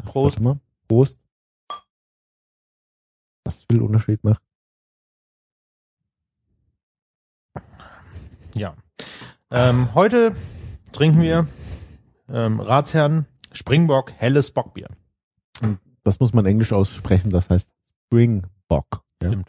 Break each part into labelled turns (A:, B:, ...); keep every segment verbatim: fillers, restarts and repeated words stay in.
A: Prost.
B: Warte mal. Prost. Was viel Unterschied macht.
A: Ja. Ähm, heute trinken wir ähm, Ratsherrn Springbock helles Bockbier.
B: Das muss man englisch aussprechen, das heißt Springbock. Ja?
A: Stimmt.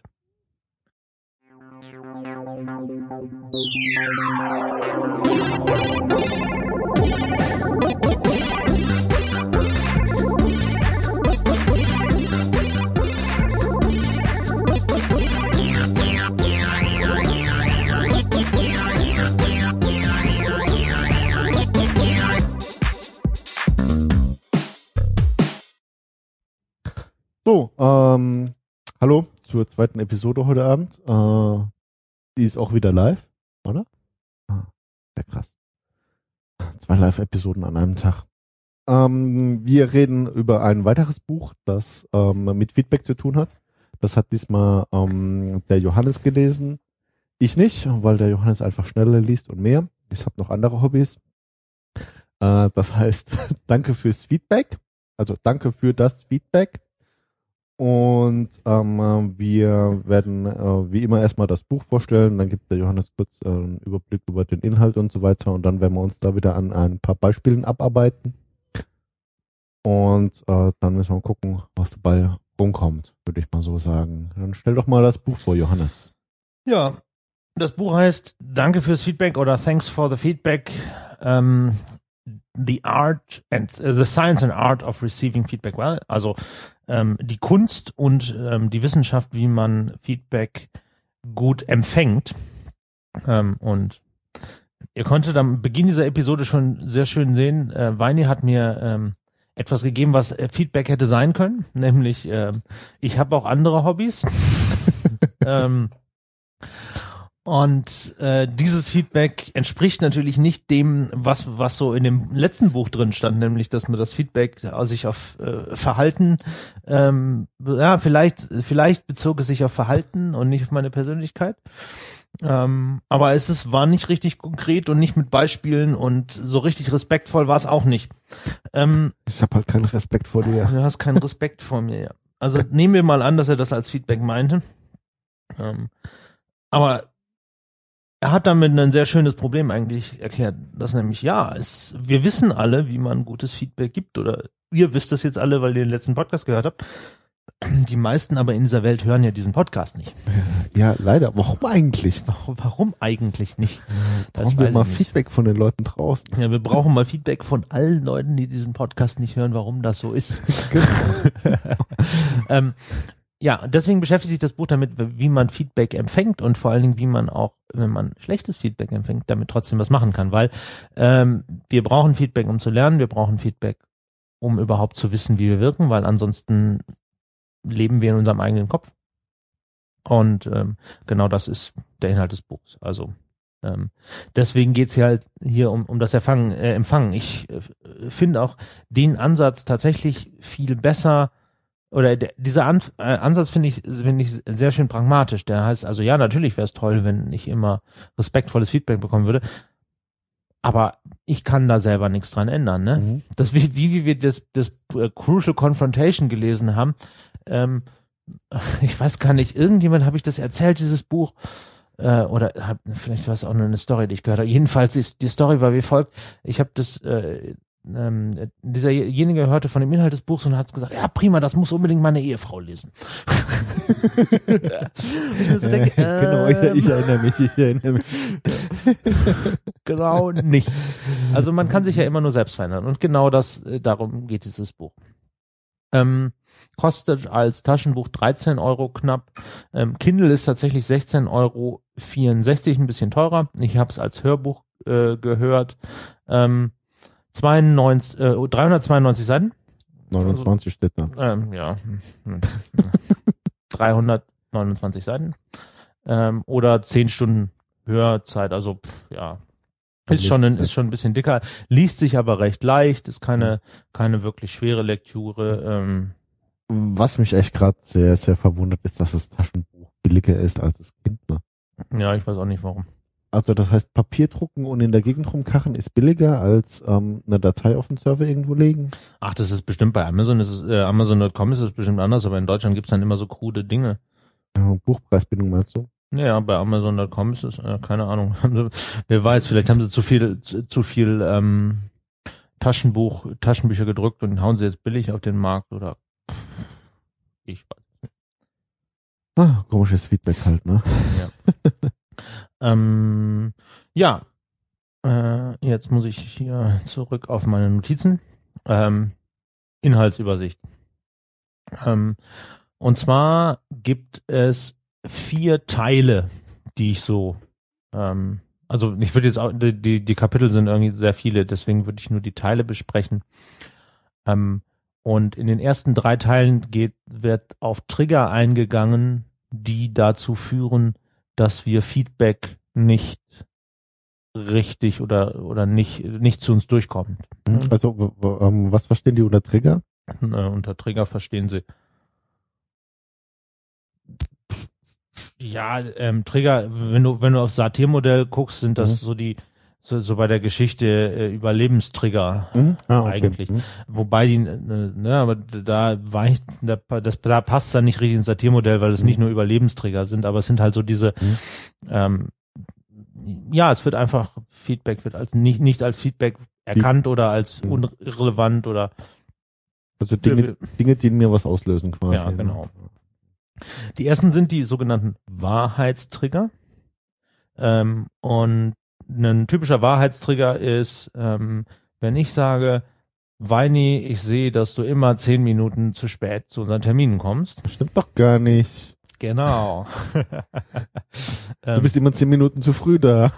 B: So, ähm, hallo zur zweiten Episode heute Abend. Äh, die ist auch wieder live, oder? Ah, sehr krass. Zwei Live-Episoden an einem Tag. Ähm, wir reden über ein weiteres Buch, das ähm, mit Feedback zu tun hat. Das hat diesmal ähm, der Johannes gelesen. Ich nicht, weil der Johannes einfach schneller liest und mehr. Ich habe noch andere Hobbys. Äh, das heißt, danke fürs Feedback. Also danke für das Feedback. Und ähm, wir werden äh, wie immer erstmal das Buch vorstellen, dann gibt der Johannes kurz äh, einen Überblick über den Inhalt und so weiter und dann werden wir uns da wieder an ein paar Beispielen abarbeiten und äh, dann müssen wir gucken, was dabei rumkommt, würde ich mal so sagen. Dann stell doch mal das Buch vor, Johannes.
A: Ja, das Buch heißt Danke fürs Feedback oder Thanks for the Feedback. Um, the Art and uh, the Science and Art of Receiving Feedback. Well, also ähm, die Kunst und ähm, die Wissenschaft, wie man Feedback gut empfängt. Ähm, und ihr konntet am Beginn dieser Episode schon sehr schön sehen, äh, Weini hat mir ähm, etwas gegeben, was äh, Feedback hätte sein können, nämlich ähm, ich habe auch andere Hobbys. ähm, Und äh, dieses Feedback entspricht natürlich nicht dem, was was so in dem letzten Buch drin stand, nämlich, dass man das Feedback sich auf äh, Verhalten, ähm, ja, vielleicht vielleicht bezog es sich auf Verhalten und nicht auf meine Persönlichkeit. Ähm, aber es ist, war nicht richtig konkret und nicht mit Beispielen und so richtig respektvoll war es auch nicht. Ähm,
B: ich habe halt keinen Respekt vor dir.
A: Du hast keinen Respekt vor mir, ja. Also nehmen wir mal an, dass er das als Feedback meinte. Ähm, aber er hat damit ein sehr schönes Problem eigentlich erklärt, dass nämlich, ja, es, wir wissen alle, wie man gutes Feedback gibt, oder ihr wisst das jetzt alle, weil ihr den letzten Podcast gehört habt. Die meisten aber in dieser Welt hören ja diesen Podcast nicht.
B: Ja, leider. Warum eigentlich?
A: Warum, warum eigentlich nicht?
B: Das brauchen wir mal Feedback von den Leuten draußen.
A: Ja, wir brauchen mal Feedback von allen Leuten, die diesen Podcast nicht hören, warum das so ist. ähm, Ja, deswegen beschäftigt sich das Buch damit, wie man Feedback empfängt und vor allen Dingen, wie man auch, wenn man schlechtes Feedback empfängt, damit trotzdem was machen kann, weil ähm, wir brauchen Feedback, um zu lernen, wir brauchen Feedback, um überhaupt zu wissen, wie wir wirken, weil ansonsten leben wir in unserem eigenen Kopf. Und ähm, genau das ist der Inhalt des Buchs. Also ähm, deswegen geht's hier halt hier um, um das Erfangen, äh, Empfangen. Ich äh, finde auch den Ansatz tatsächlich viel besser. Oder der, dieser An, äh, Ansatz finde ich, finde ich sehr schön pragmatisch. Der heißt also, ja, natürlich wäre es toll, wenn ich immer respektvolles Feedback bekommen würde. Aber ich kann da selber nichts dran ändern, ne? Mhm. Das, wie, wie wir das, das uh, Crucial Confrontation gelesen haben, ähm, ich weiß gar nicht, irgendjemand habe ich das erzählt, dieses Buch, äh, oder hab, vielleicht war es auch nur eine Story, die ich gehört habe. Jedenfalls ist die Story war wie folgt. Ich habe das, äh, Ähm, dieserjenige hörte von dem Inhalt des Buchs und hat gesagt, ja prima, das muss unbedingt meine Ehefrau lesen. ich so denke, ähm,
B: genau, ich, ich erinnere mich, ich erinnere mich.
A: Genau nicht. Also man kann sich ja immer nur selbst verändern und genau das, äh, darum geht dieses Buch. Ähm, kostet als Taschenbuch dreizehn Euro knapp. Ähm, Kindle ist tatsächlich sechzehn Euro vierundsechzig, ein bisschen teurer. Ich habe es als Hörbuch äh, gehört. Ähm, zweiundneunzig, äh, dreihundertzweiundneunzig Seiten.
B: neunundzwanzig steht da.
A: Ähm, ja. dreihundertneunundzwanzig Seiten. Ähm, oder zehn Stunden Hörzeit. Also, pff, ja. Ist schon, ein, ist schon ein bisschen dicker. Liest sich aber recht leicht. Ist keine, keine wirklich schwere Lektüre. Ähm.
B: Was mich echt gerade sehr, sehr verwundert ist, dass das Taschenbuch billiger ist als das Kindle.
A: Ja, ich weiß auch nicht warum.
B: also das heißt Papier drucken und in der Gegend rumkachen ist billiger als ähm, eine Datei auf den Server irgendwo legen?
A: Ach, das ist bestimmt bei Amazon, das ist, äh, Amazon Punkt com ist es bestimmt anders, aber in Deutschland gibt's dann immer so krude Dinge.
B: Ja, Buchpreisbindung meinst du?
A: Ja, bei Amazon Punkt com ist es, äh, keine Ahnung. Wer weiß, vielleicht haben sie zu viel, zu, zu viel ähm, Taschenbuch, Taschenbücher gedrückt und hauen sie jetzt billig auf den Markt oder ich weiß.
B: Ah, komisches Feedback halt, ne?
A: Ja. ähm, ja, äh, jetzt muss ich hier zurück auf meine Notizen. Ähm, Inhaltsübersicht. Ähm, und zwar gibt es vier Teile, die ich so, ähm, also ich würde jetzt auch, die, die, die Kapitel sind irgendwie sehr viele, deswegen würde ich nur die Teile besprechen. Ähm, und in den ersten drei Teilen geht, wird auf Trigger eingegangen, die dazu führen, dass wir Feedback nicht richtig oder, oder nicht, nicht zu uns durchkommt.
B: Also, w- w- ähm, was verstehen die unter Trigger?
A: Äh, unter Trigger verstehen sie. Ja, ähm, Trigger, wenn du, wenn du aufs Satir-Modell guckst, sind das
B: Mhm.
A: so die, so, so bei der Geschichte äh, Überlebenstrigger
B: Mhm. Ah, okay.
A: eigentlich.
B: Mhm.
A: Wobei die, äh, ne, aber da weicht, da, das, da passt dann nicht richtig ins Satir-Modell, weil es
B: Mhm.
A: nicht nur Überlebenstrigger sind, aber es sind halt so diese,
B: Mhm.
A: ähm, ja, es wird einfach, Feedback wird als nicht, nicht als Feedback erkannt oder als
B: Mhm.
A: unrelevant oder
B: Also Dinge, Dinge, die in mir was auslösen quasi.
A: ja, genau. Die ersten sind die sogenannten Wahrheitstrigger. Ähm, und ein typischer Wahrheitstrigger ist, ähm, wenn ich sage, Weini, ich sehe, dass du immer zehn Minuten zu spät zu unseren Terminen kommst.
B: Stimmt doch gar nicht.
A: Genau.
B: Du bist immer zehn Minuten zu früh da.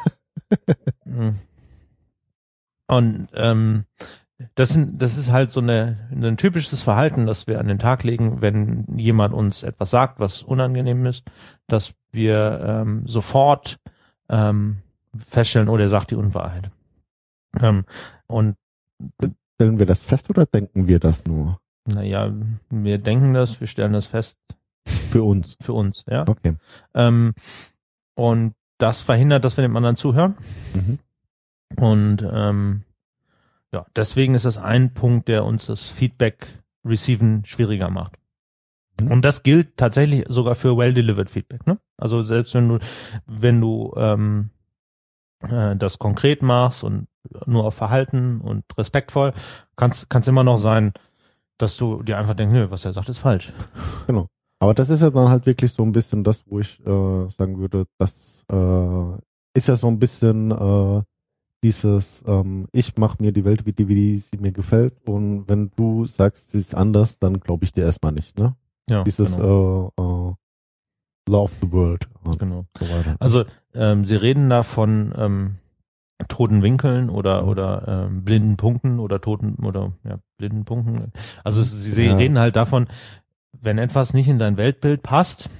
A: Und ähm, das, sind, das ist halt so eine, ein typisches Verhalten, das wir an den Tag legen, wenn jemand uns etwas sagt, was unangenehm ist, dass wir ähm, sofort ähm, feststellen, oh, der sagt die Unwahrheit. Ähm, und
B: Stellen wir das fest oder denken wir das nur?
A: naja, wir denken das, wir stellen das fest
B: Für uns.
A: für uns, ja.
B: Okay.
A: Ähm, und das verhindert, dass wir dem anderen zuhören.
B: Mhm.
A: Und ähm, ja, deswegen ist das ein Punkt, der uns das Feedback receiven schwieriger macht.
B: Mhm.
A: Und das gilt tatsächlich sogar für well-delivered Feedback, ne? Also selbst wenn du, wenn du ähm, äh, das konkret machst und nur auf Verhalten und respektvoll, kannst kann's immer noch sein, dass du dir einfach denkst, nö, was er sagt, ist falsch.
B: Genau. Aber das ist ja dann halt wirklich so ein bisschen das, wo ich äh, sagen würde, das äh, ist ja so ein bisschen äh, dieses, ähm, ich mache mir die Welt, wie die, wie sie mir gefällt, und wenn du sagst, sie ist anders, dann glaube ich dir erstmal nicht, ne?
A: Ja,
B: Dieses
A: genau.
B: äh, äh, Love the World und
A: genau.
B: so weiter.
A: Also ähm, sie reden da von ähm, toten Winkeln oder
B: Mhm.
A: oder ähm, blinden Punkten oder toten oder ja blinden Punkten. Also es, sie
B: Ja.
A: reden halt davon, wenn etwas nicht in dein Weltbild passt,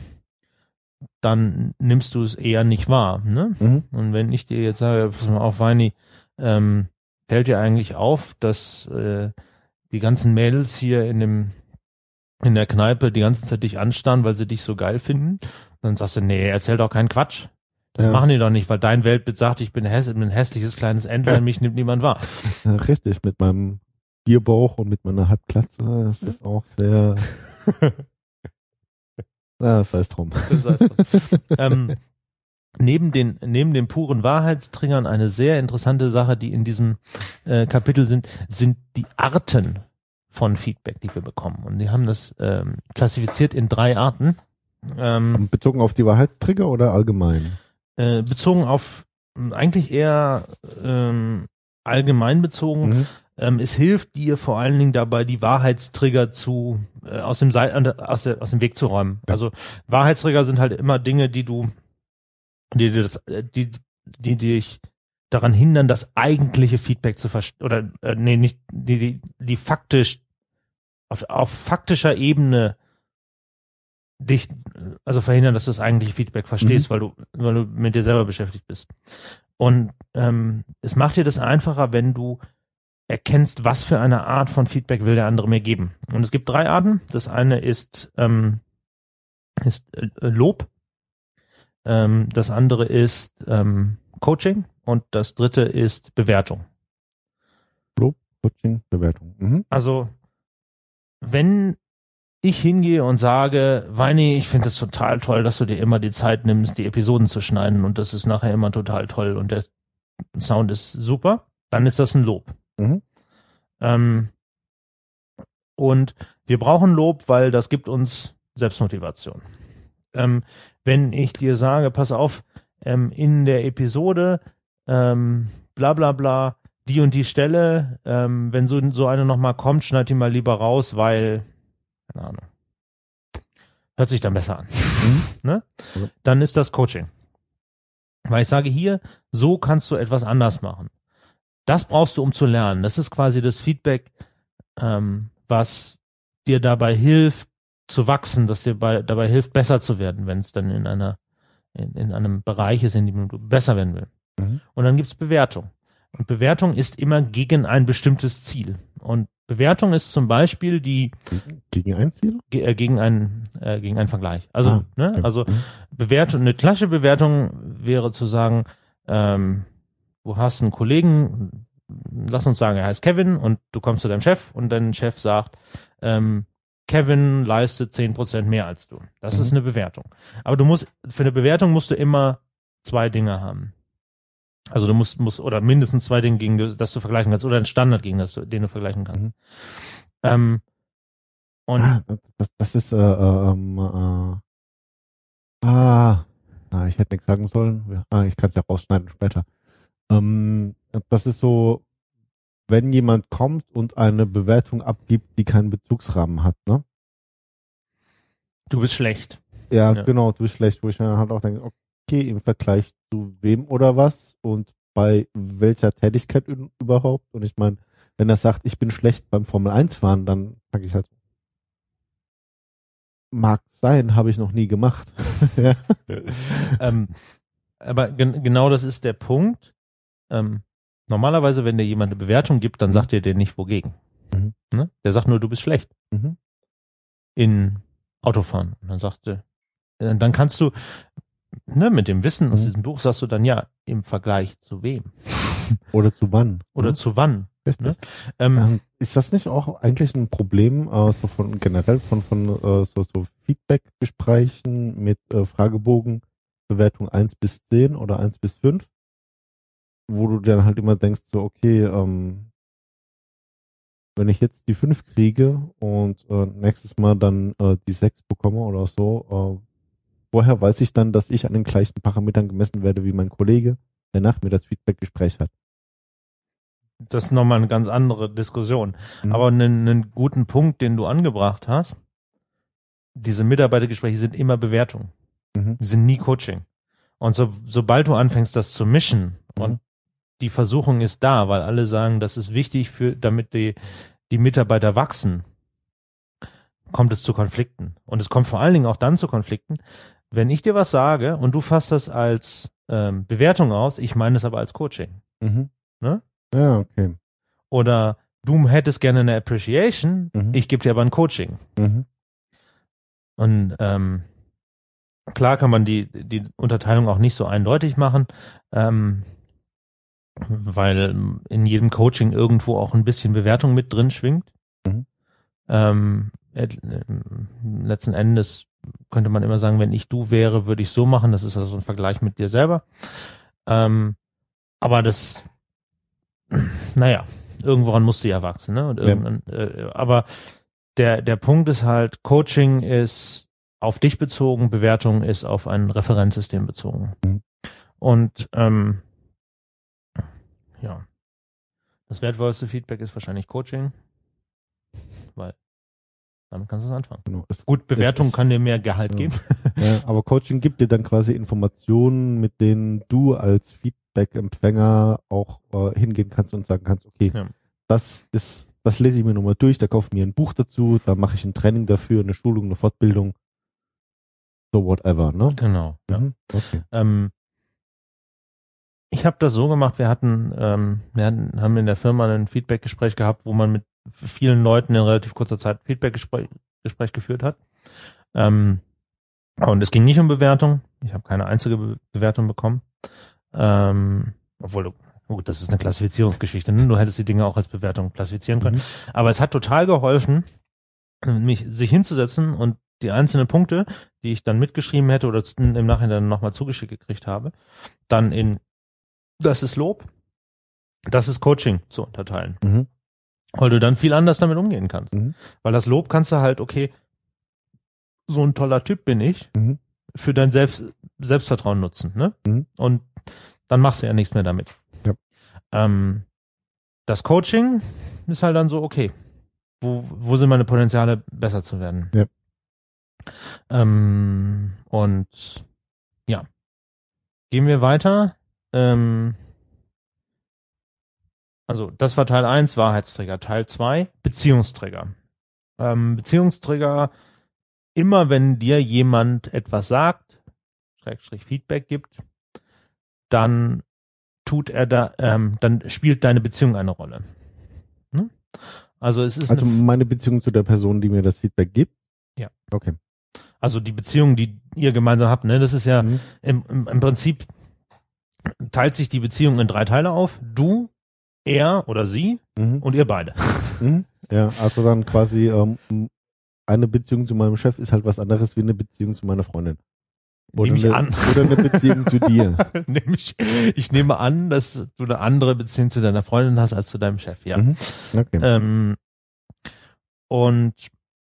A: dann nimmst du es eher nicht wahr, ne?
B: Mhm.
A: Und wenn ich dir jetzt sage, pass mal auf, Weini, ähm, fällt dir eigentlich auf, dass äh, die ganzen Mädels hier in dem in der Kneipe die ganze Zeit dich anstarren, weil sie dich so geil finden? Dann sagst du, nee, erzähl doch keinen Quatsch. Das
B: Ja.
A: machen die doch nicht, weil dein Weltbild sagt, ich bin, häss ein hässliches kleines Entlein, mich nimmt niemand wahr.
B: Ja, richtig, mit meinem Bierbauch und mit meiner Halbklatze, das ist auch sehr ja, das heißt drum.
A: Das heißt, ähm, neben den neben den puren Wahrheitstriggern eine sehr interessante Sache, die in diesem äh, Kapitel sind, sind die Arten von Feedback, die wir bekommen. Und die haben das ähm, klassifiziert in drei Arten. Ähm,
B: Bezogen auf die Wahrheitstrigger oder allgemein?
A: äh, bezogen auf äh, eigentlich eher ähm, allgemein bezogen.
B: Mhm.
A: Ähm, es hilft dir vor allen Dingen dabei, die Wahrheitstrigger zu äh, aus dem Seil, aus, der, aus dem Weg zu räumen.
B: Ja.
A: Also Wahrheitstrigger sind halt immer Dinge, die du, die dir das, äh, die, die dich daran hindern, das eigentliche Feedback zu verstehen oder äh, nee, nicht die, die, die faktisch auf, auf faktischer Ebene dich, also verhindern, dass du das eigentliche Feedback verstehst,
B: Mhm.
A: weil du, weil du mit dir selber beschäftigt bist. Und ähm, es macht dir das einfacher, wenn du erkennst, was für eine Art von Feedback will der andere mir geben. Und es gibt drei Arten. Das eine ist, ähm, ist äh, Lob. Ähm, das andere ist ähm, Coaching und das dritte ist Bewertung.
B: Lob, Coaching, Bewertung. Mhm.
A: Also wenn ich hingehe und sage, Weini, ich finde es total toll, dass du dir immer die Zeit nimmst, die Episoden zu schneiden und das ist nachher immer total toll und der Sound ist super, dann ist das ein Lob.
B: Mhm.
A: Ähm, und wir brauchen Lob, weil das gibt uns Selbstmotivation. Ähm, wenn ich dir sage, pass auf, ähm, in der Episode ähm, bla bla bla, die und die Stelle, ähm, wenn so, so eine nochmal kommt, schneid die mal lieber raus, weil, keine Ahnung, hört sich dann besser an.
B: Mhm.
A: Ne?
B: Ja.
A: Dann ist das Coaching. Weil ich sage hier, so kannst du etwas anders machen. Das brauchst du, um zu lernen. Das ist quasi das Feedback, ähm, was dir dabei hilft, zu wachsen, dass dir bei, dabei hilft, besser zu werden, wenn es dann in einer in, in einem Bereich ist, in dem du besser werden willst.
B: Mhm.
A: Und dann gibt's Bewertung. Und Bewertung ist immer gegen ein bestimmtes Ziel. Und Bewertung ist zum Beispiel die
B: Gegen, gegen ein Ziel?
A: ge, äh, gegen einen äh, gegen einen Vergleich. Also
B: Ah,
A: ne,
B: okay.
A: also
B: Mhm.
A: Bewertung, eine klassische Bewertung wäre zu sagen, ähm, du hast einen Kollegen, lass uns sagen, er heißt Kevin und du kommst zu deinem Chef und dein Chef sagt, ähm, Kevin leistet zehn Prozent mehr als du. Das
B: Mhm.
A: ist eine Bewertung. Aber du musst, für eine Bewertung musst du immer zwei Dinge haben. Also du musst, musst oder mindestens zwei Dinge, gegen das du vergleichen kannst, oder einen Standard, gegen das du, den du vergleichen kannst.
B: Mhm.
A: Ähm, und
B: Ah, das, das ist, äh, ähm, äh, ah, na, ich hätte nichts sagen sollen. Ja, ah, ich kann es ja rausschneiden später. Ähm, das ist so, wenn jemand kommt und eine Bewertung abgibt, die keinen Bezugsrahmen hat, ne?
A: du bist schlecht.
B: Ja,
A: Ja.
B: genau, du bist schlecht, wo ich mir halt auch denke, okay, im Vergleich zu wem oder was und bei welcher Tätigkeit ü- überhaupt. Und ich meine, wenn er sagt, ich bin schlecht beim Formel eins fahren, dann sage ich halt, mag sein, habe ich noch nie gemacht. Ja.
A: Ähm, aber gen genau das ist der Punkt. Ähm, normalerweise, wenn dir jemand eine Bewertung gibt, dann sagt dir der nicht wogegen.
B: Mhm.
A: Ne? Der sagt nur, du bist schlecht
B: Mhm.
A: in Autofahren. Und dann sagt er, äh, dann kannst du, ne, mit dem Wissen aus
B: Mhm.
A: diesem Buch sagst du dann ja, im Vergleich zu wem?
B: Oder zu wann?
A: Oder
B: ne?
A: zu wann?
B: Richtig.
A: Ne? Ähm,
B: Ähm, ist das nicht auch eigentlich ein Problem, äh, so von generell von von äh, so so Feedback-Gesprächen mit äh, Fragebogen, Bewertung eins bis zehn oder eins bis fünf, wo du dann halt immer denkst, so okay, ähm, wenn ich jetzt die fünf kriege und äh, nächstes Mal dann äh, die sechs bekomme oder so, äh, woher weiß ich dann, dass ich an den gleichen Parametern gemessen werde wie mein Kollege, der nach mir das Feedback-Gespräch hat?
A: das ist nochmal eine ganz andere Diskussion.
B: Mhm.
A: Aber einen, einen guten Punkt, den du angebracht hast, diese Mitarbeitergespräche sind immer Bewertung.
B: Mhm.
A: Die sind nie Coaching. Und so, sobald du anfängst, das zu mischen
B: Mhm.
A: und die Versuchung ist da, weil alle sagen, das ist wichtig für, damit die, die Mitarbeiter wachsen, kommt es zu Konflikten. Und es kommt vor allen Dingen auch dann zu Konflikten, wenn ich dir was sage und du fasst das als ähm, Bewertung aus, ich meine es aber als Coaching.
B: Mhm.
A: Ne?
B: Ja, okay.
A: Oder du hättest gerne eine Appreciation,
B: Mhm.
A: ich gebe dir aber ein Coaching.
B: Mhm.
A: Und ähm, klar kann man die, die Unterteilung auch nicht so eindeutig machen, ähm, weil in jedem Coaching irgendwo auch ein bisschen Bewertung mit drin schwingt.
B: Mhm.
A: Ähm, äh, letzten Endes könnte man immer sagen, wenn ich du wäre, würde ich so machen. Das ist also so ein Vergleich mit dir selber. Ähm, aber das, naja, irgendworan musst du ja wachsen, ne? Und irgendwann, ja. äh, aber der, der Punkt ist halt, Coaching ist auf dich bezogen, Bewertung ist auf ein Referenzsystem bezogen.
B: Mhm.
A: Und ähm, ja, das wertvollste Feedback ist wahrscheinlich Coaching, weil damit kannst du es anfangen.
B: Genau. Es,
A: Gut, Bewertung
B: es, es,
A: kann dir mehr Gehalt
B: ja.
A: geben.
B: Ja, aber Coaching gibt dir dann quasi Informationen, mit denen du als Feedback-Empfänger auch äh, hingehen kannst und sagen kannst, okay,
A: Ja.
B: das ist, das lese ich mir nochmal durch, da kaufe ich mir ein Buch dazu, da mache ich ein Training dafür, eine Schulung, eine Fortbildung, so whatever, ne?
A: Genau. Ja.
B: Mhm. Okay.
A: Ähm, ich habe das so gemacht, wir hatten, ähm, wir hatten, haben in der Firma ein Feedback-Gespräch gehabt, wo man mit vielen Leuten in relativ kurzer Zeit ein Feedback-Gespräch Gespräch geführt hat. Ähm, Und es ging nicht um Bewertung. Ich habe keine einzige Be- Bewertung bekommen. Ähm, obwohl, gut, das ist eine Klassifizierungsgeschichte. Ne? Du hättest die Dinge auch als Bewertung klassifizieren können.
B: Mhm.
A: Aber es hat total geholfen, mich sich hinzusetzen und die einzelnen Punkte, die ich dann mitgeschrieben hätte oder im Nachhinein nochmal zugeschickt gekriegt habe, dann in das ist Lob, das ist Coaching zu unterteilen.
B: Mhm.
A: Weil du dann viel anders damit umgehen kannst.
B: Mhm.
A: Weil das Lob kannst du halt, okay, so ein toller Typ bin ich,
B: Mhm.
A: für dein Selbst, Selbstvertrauen nutzen, ne?
B: Mhm.
A: Und dann machst du ja nichts mehr damit.
B: Ja.
A: Ähm, das Coaching ist halt dann so, okay, wo, wo sind meine Potenziale, besser zu werden?
B: Ja.
A: Ähm, und ja, gehen wir weiter. Ähm, also das war Teil eins, Wahrheitsträger. Teil zwei, Beziehungsträger. Ähm, Beziehungsträger, immer wenn dir jemand etwas sagt, Schrägstrich Feedback gibt, dann tut er da, ähm, dann spielt deine Beziehung eine Rolle. Hm? Also es ist
B: Also
A: eine,
B: meine Beziehung zu der Person, die mir das Feedback gibt?
A: Ja.
B: Okay.
A: also die Beziehung, die ihr gemeinsam habt, ne, das ist ja
B: Mhm.
A: im, im, im Prinzip teilt sich die Beziehung in drei Teile auf. Du, er oder sie
B: Mhm.
A: und ihr beide.
B: Mhm. Ja, also dann quasi ähm, eine Beziehung zu meinem Chef ist halt was anderes wie eine Beziehung zu meiner Freundin. Oder,
A: Nehme ich
B: eine,
A: an.
B: oder eine Beziehung zu dir.
A: Nehme ich, ich nehme an, dass du eine andere Beziehung zu deiner Freundin hast als zu deinem Chef, ja.
B: Mhm. Okay.
A: Ähm, und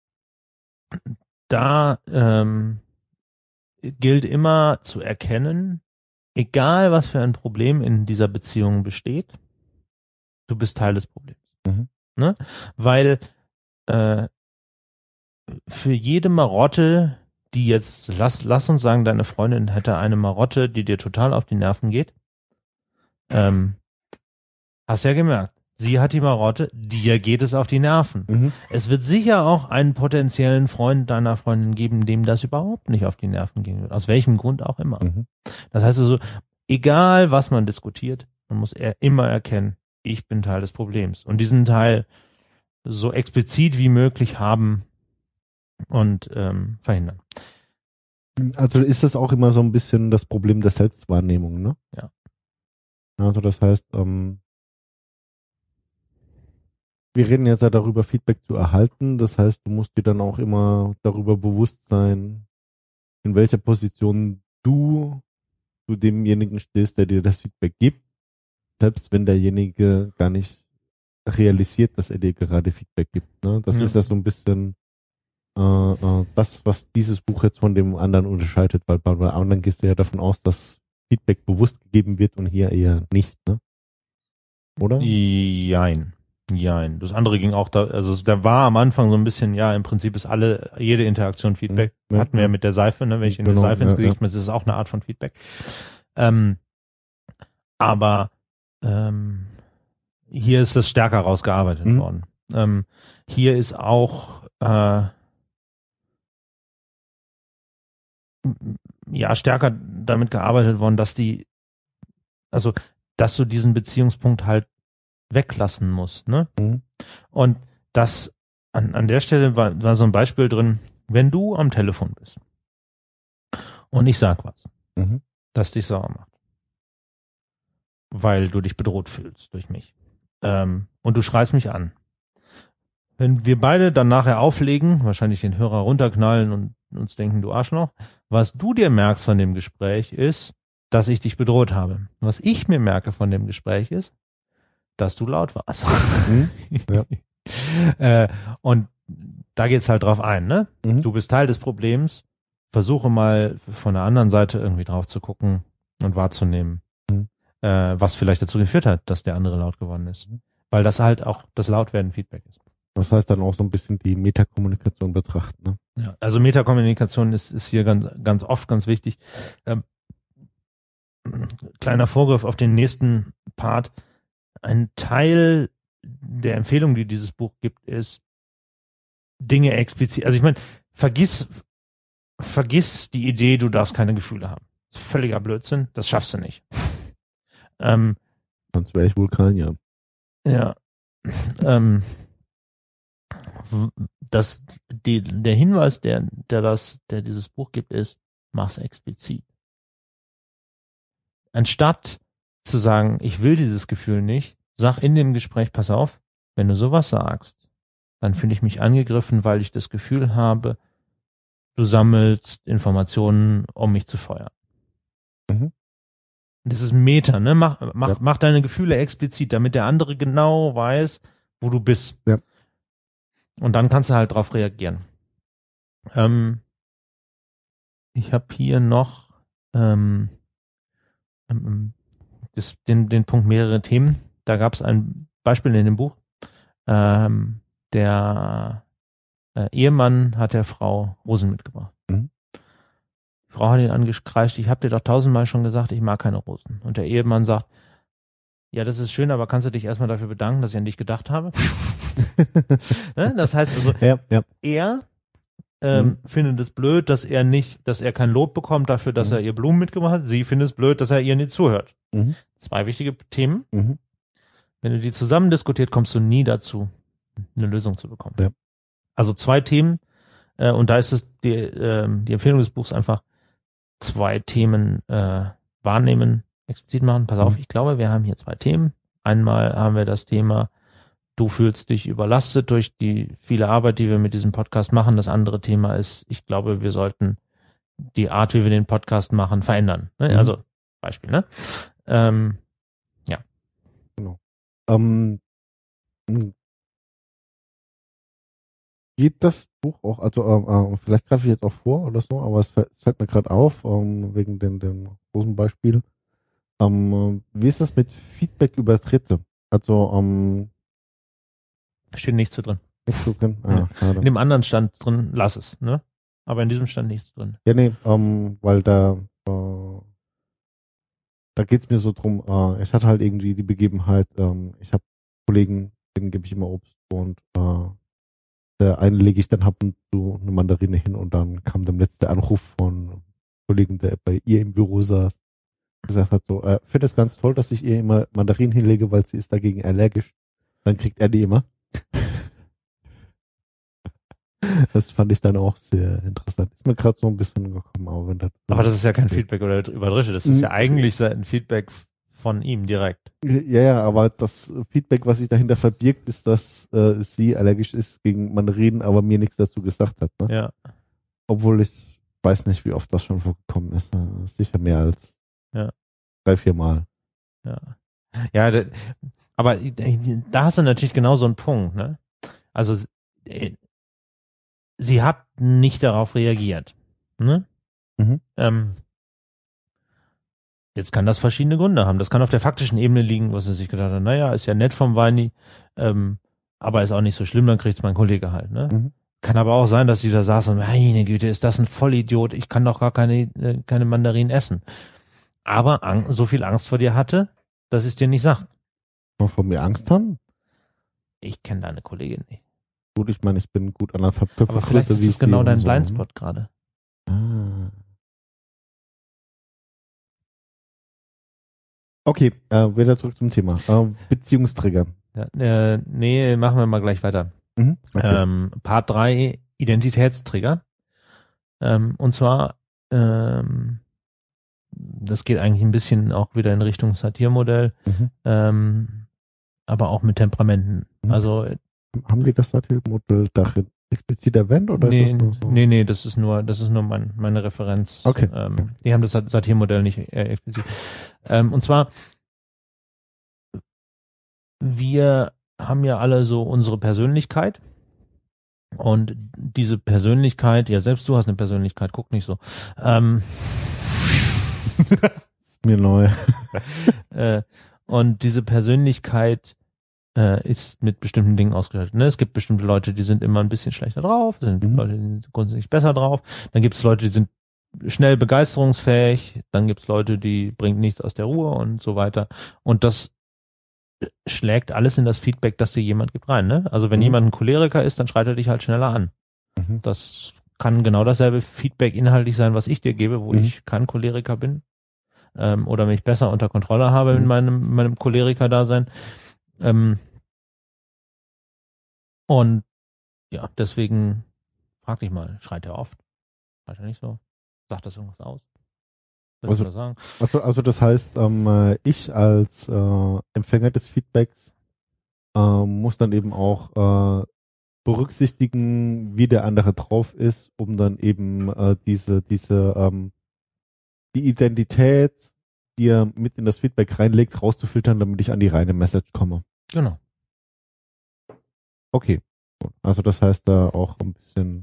A: da ähm, gilt immer zu erkennen, egal was für ein Problem in dieser Beziehung besteht, du bist Teil des Problems.
B: Mhm.
A: Ne? Weil äh, für jede Marotte, die jetzt, lass, lass uns sagen, deine Freundin hätte eine Marotte, die dir total auf die Nerven geht, ähm, hast ja gemerkt, sie hat die Marotte, dir geht es auf die Nerven.
B: Mhm.
A: Es wird sicher auch einen potenziellen Freund deiner Freundin geben, dem das überhaupt nicht auf die Nerven gehen wird. Aus welchem Grund auch immer.
B: Mhm.
A: Das heißt also, egal was man diskutiert, man muss er immer erkennen, ich bin Teil des Problems. Und diesen Teil so explizit wie möglich haben und ähm, verhindern.
B: Also ist das auch immer so ein bisschen das Problem der Selbstwahrnehmung, ne?
A: Ja.
B: Also das heißt, ähm, wir reden jetzt ja darüber, Feedback zu erhalten. Das heißt, du musst dir dann auch immer darüber bewusst sein, in welcher Position du zu demjenigen stehst, der dir das Feedback gibt. Selbst wenn derjenige gar nicht realisiert, dass er dir gerade Feedback gibt. Ne? Das
A: Ja.
B: ist ja so ein bisschen äh, äh, das, was dieses Buch jetzt von dem anderen unterscheidet, weil bei bei anderen gehst du ja davon aus, dass Feedback bewusst gegeben wird und hier eher nicht, ne? Oder?
A: Jein. Jein. Das andere ging auch da, also da war am Anfang so ein bisschen, ja, im Prinzip ist alle, jede Interaktion Feedback.
B: Ja,
A: Hatten wir ja
B: ja.
A: mit der Seife, ne? Wenn ich in
B: Genau,
A: die Seife ins
B: ja,
A: Gesicht schmeiße, ist es auch eine Art von Feedback. Ähm, aber ähm, hier ist das stärker rausgearbeitet
B: Mhm.
A: worden. Ähm, hier ist auch äh, ja stärker damit gearbeitet worden, dass die, also dass du diesen Beziehungspunkt halt weglassen musst, ne?
B: Mhm.
A: Und das an, an der Stelle war, war so ein Beispiel drin, wenn du am Telefon bist und ich sag was,
B: Mhm.
A: das dich sauer macht, weil du dich bedroht fühlst durch mich. Ähm, und du schreist mich an. Wenn wir beide dann nachher auflegen, wahrscheinlich den Hörer runterknallen und uns denken, du Arschloch, was du dir merkst von dem Gespräch ist, dass ich dich bedroht habe. Was ich mir merke von dem Gespräch ist, dass du laut warst.
B: Mhm. Ja.
A: äh, und da geht's halt drauf ein, ne?
B: Mhm.
A: Du bist Teil des Problems. Versuche mal von der anderen Seite irgendwie drauf zu gucken und wahrzunehmen,
B: Mhm.
A: äh, was vielleicht dazu geführt hat, dass der andere laut geworden ist. Weil das halt auch das Lautwerden Feedback ist.
B: Das heißt dann auch so ein bisschen die Metakommunikation betrachten, ne?
A: Ja, also Metakommunikation ist, ist hier ganz, ganz oft ganz wichtig. Ähm, kleiner Vorgriff auf den nächsten Part. Ein Teil der Empfehlung, die dieses Buch gibt, ist Dinge explizit. Also ich meine, vergiss, vergiss die Idee, du darfst keine Gefühle haben. Das ist völliger Blödsinn. Das schaffst du nicht. ähm,
B: Sonst wäre ich Vulkan, ja.
A: ja. Ähm, das, die, der Hinweis, der, der das, der dieses Buch gibt, ist, mach's explizit. Anstatt zu sagen, ich will dieses Gefühl nicht, sag in dem Gespräch, pass auf, wenn du sowas sagst, dann fühle ich mich angegriffen, weil ich das Gefühl habe, du sammelst Informationen, um mich zu feuern.
B: Mhm.
A: Das ist Meta, ne? Mach, mach,
B: Ja.
A: mach deine Gefühle explizit, damit der andere genau weiß, wo du bist.
B: Ja.
A: Und dann kannst du halt drauf reagieren. Ähm, ich habe hier noch ähm, ähm, das, den, den Punkt mehrere Themen. Da gab es ein Beispiel in dem Buch. Ähm, der äh, Ehemann hat der Frau Rosen mitgebracht.
B: Mhm.
A: Die Frau hat ihn angekreischt, ich habe dir doch tausendmal schon gesagt, ich mag keine Rosen. Und der Ehemann sagt, ja, das ist schön, aber kannst du dich erstmal dafür bedanken, dass ich an dich gedacht habe? Ne? Das heißt also,
B: ja, ja.
A: er ähm,
B: Mhm.
A: findet es blöd, dass er nicht, dass er kein Lob bekommt dafür, dass
B: Mhm.
A: er ihr Blumen mitgebracht hat. Sie findet es blöd, dass er ihr nicht zuhört.
B: Mhm.
A: Zwei wichtige Themen.
B: Mhm.
A: Wenn du die zusammen diskutiert, kommst du nie dazu, eine Lösung zu bekommen.
B: Ja.
A: Also zwei Themen, äh, und da ist es die, äh, die Empfehlung des Buchs einfach, zwei Themen äh, wahrnehmen, explizit machen. Pass auf,
B: Mhm.
A: ich glaube, wir haben hier zwei Themen. Einmal haben wir das Thema, du fühlst dich überlastet durch die viele Arbeit, die wir mit diesem Podcast machen. Das andere Thema ist, ich glaube, wir sollten die Art, wie wir den Podcast machen, verändern. Ne?
B: Mhm.
A: Also, Beispiel, ne? Ähm,
B: Ähm, geht das Buch auch, also ähm, äh, vielleicht greife ich jetzt auch vor oder so, aber es fällt, es fällt mir gerade auf, ähm, wegen dem, dem großen Beispiel. Ähm, wie ist das mit Feedback über Dritte? Also, ähm,
A: steht nichts so drin.
B: nichts so drin? Ah,
A: Ja.
B: schade.
A: In dem anderen stand drin, lass es, ne? Aber in diesem stand nichts drin.
B: Ja, nee, ähm, weil da, äh, da geht's mir so drum, äh, ich hatte halt irgendwie die Begebenheit, ähm, ich habe Kollegen, denen gebe ich immer Obst und äh, der eine lege ich dann ab und zu eine Mandarine hin und dann kam der letzte Anruf von einem Kollegen, der bei ihr im Büro saß, gesagt hat so, äh, finde es ganz toll, dass ich ihr immer Mandarinen hinlege, weil sie ist dagegen allergisch. Dann kriegt er die immer. Das fand ich dann auch sehr interessant. Ist mir gerade so ein bisschen gekommen, aber wenn das.
A: Aber das ist ja kein Feedback oder über Dritte. Das ist
B: Mhm.
A: ja eigentlich ein Feedback von ihm direkt.
B: Ja, ja, aber das Feedback, was sich dahinter verbirgt, ist, dass äh, sie allergisch ist gegen Mandarinen, aber mir nichts dazu gesagt hat. Ne?
A: Ja.
B: Obwohl ich weiß nicht, wie oft das schon vorgekommen ist. Äh, sicher mehr als
A: Ja.
B: drei, vier Mal.
A: Ja. Ja, da, aber da hast du natürlich genau so einen Punkt, ne? Also äh, sie hat nicht darauf reagiert. Ne?
B: Mhm.
A: Ähm, jetzt kann das verschiedene Gründe haben. Das kann auf der faktischen Ebene liegen, was sie sich gedacht hat, naja, ist ja nett vom Weini, ähm, aber ist auch nicht so schlimm, dann kriegt's mein Kollege halt. Ne?
B: Mhm.
A: Kann aber auch sein, dass sie da saß und, meine Güte, ist das ein Vollidiot, ich kann doch gar keine, äh, keine Mandarinen essen. Aber ang- so viel Angst vor dir hatte, dass es dir nicht sagt.
B: Mal von mir Angst haben?
A: Ich kenne deine Kollegin nicht.
B: Gut, ich meine, ich bin gut anderthalb Köpfe
A: Aber vielleicht
B: größer
A: ist
B: wie
A: das
B: sie
A: genau
B: und
A: dein
B: so,
A: Blindspot gerade.
B: Ne? Ah. Okay, äh, wieder zurück zum Thema. Äh, Beziehungstrigger.
A: Ja, äh, nee, machen wir mal gleich weiter.
B: Mhm. Okay.
A: Ähm, Part drei, Identitätstrigger. Ähm, und zwar, ähm, das geht eigentlich ein bisschen auch wieder in Richtung Satirmodell,
B: Mhm.
A: ähm, aber auch mit Temperamenten.
B: Mhm.
A: Also
B: Haben wir das Satirmodell darin explizit erwähnt oder
A: nee,
B: ist das nur so?
A: nee, nee, das ist nur, das ist nur mein, meine Referenz.
B: Okay.
A: Ähm, die haben das Satirmodell nicht äh, explizit. Ähm, und zwar, wir haben ja alle so unsere Persönlichkeit. Und diese Persönlichkeit, ja selbst du hast eine Persönlichkeit, guck nicht so. Ähm,
B: Ist mir neu.
A: äh, und diese Persönlichkeit äh, ist mit bestimmten Dingen ausgestattet. Ne? Es gibt bestimmte Leute, die sind immer ein bisschen schlechter drauf, es sind
B: Mhm.
A: Leute, die sind grundsätzlich besser drauf. Dann gibt es Leute, die sind schnell begeisterungsfähig. Dann gibt es Leute, die bringen nichts aus der Ruhe und so weiter. Und das schlägt alles in das Feedback, das dir jemand gibt, rein. Ne? Also wenn
B: Mhm.
A: jemand ein Choleriker ist, dann schreit er dich halt schneller an.
B: Mhm.
A: Das kann genau dasselbe Feedback inhaltlich sein, was ich dir gebe, wo
B: Mhm.
A: ich kein Choleriker bin ähm, oder mich besser unter Kontrolle habe
B: Mhm.
A: in meinem meinem Choleriker-Dasein. Ähm, und ja, deswegen frag dich mal, schreit er oft? Schreit er nicht so? Sagt das irgendwas aus? Was
B: Also-
A: soll er sagen?
B: Also, also das heißt, ähm, ich als äh, Empfänger des Feedbacks äh, muss dann eben auch äh, berücksichtigen, wie der andere drauf ist, um dann eben äh, diese, diese, ähm, die Identität, die er mit in das Feedback reinlegt, rauszufiltern, damit ich an die reine Message komme.
A: Genau.
B: Okay. Also das heißt da auch ein bisschen,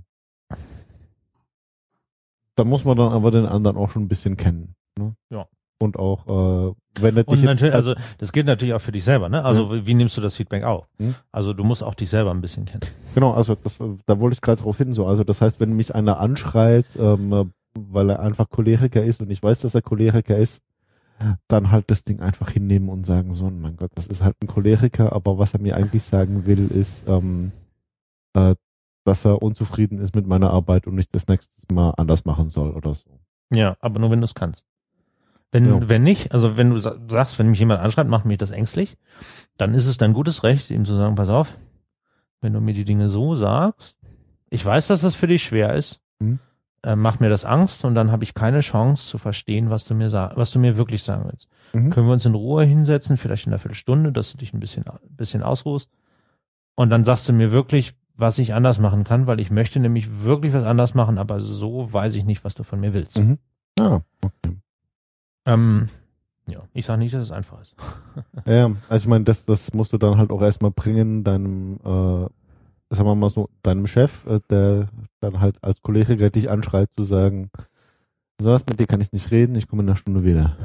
B: da muss man dann aber den anderen auch schon ein bisschen kennen. Ne?
A: Ja.
B: Und auch, äh, wenn er dich
A: Und
B: jetzt,
A: natürlich, also das gilt natürlich auch für dich selber, ne? Also
B: Ja.
A: wie nimmst du das Feedback auf?
B: Hm.
A: Also du musst auch dich selber ein bisschen kennen.
B: genau, also das, da wollte ich gerade drauf hin, so, also das heißt, wenn mich einer anschreit, ähm, weil er einfach Choleriker ist und ich weiß, dass er Choleriker ist, dann halt das Ding einfach hinnehmen und sagen, so, mein Gott, das ist halt ein Choleriker, aber was er mir eigentlich sagen will, ist, ähm, äh, dass er unzufrieden ist mit meiner Arbeit und ich das nächstes Mal anders machen soll oder so.
A: Ja, aber nur wenn du es kannst. Wenn,
B: Ja.
A: wenn nicht, also wenn du sa- sagst, wenn mich jemand anschreibt, macht mich das ängstlich, dann ist es dein gutes Recht, ihm zu sagen, pass auf, wenn du mir die Dinge so sagst, ich weiß, dass das für dich schwer ist,
B: Mhm.
A: äh, macht mir das Angst und dann habe ich keine Chance zu verstehen, was du mir sag, was du mir wirklich sagen willst.
B: Mhm.
A: Können wir uns in Ruhe hinsetzen, vielleicht in einer Viertelstunde, dass du dich ein bisschen, bisschen ausruhst und dann sagst du mir wirklich, was ich anders machen kann, weil ich möchte nämlich wirklich was anders machen, aber so weiß ich nicht, was du von mir willst.
B: Mhm. Ah, okay.
A: Ähm, ja, ich sage nicht, dass es einfach ist.
B: Ja, also ich meine, das, das musst du dann halt auch erstmal bringen, deinem, äh, sagen wir mal so, deinem Chef, äh, der dann halt als Choleriker dich anschreit, zu sagen, so was, mit dir kann ich nicht reden, ich komme in einer Stunde wieder.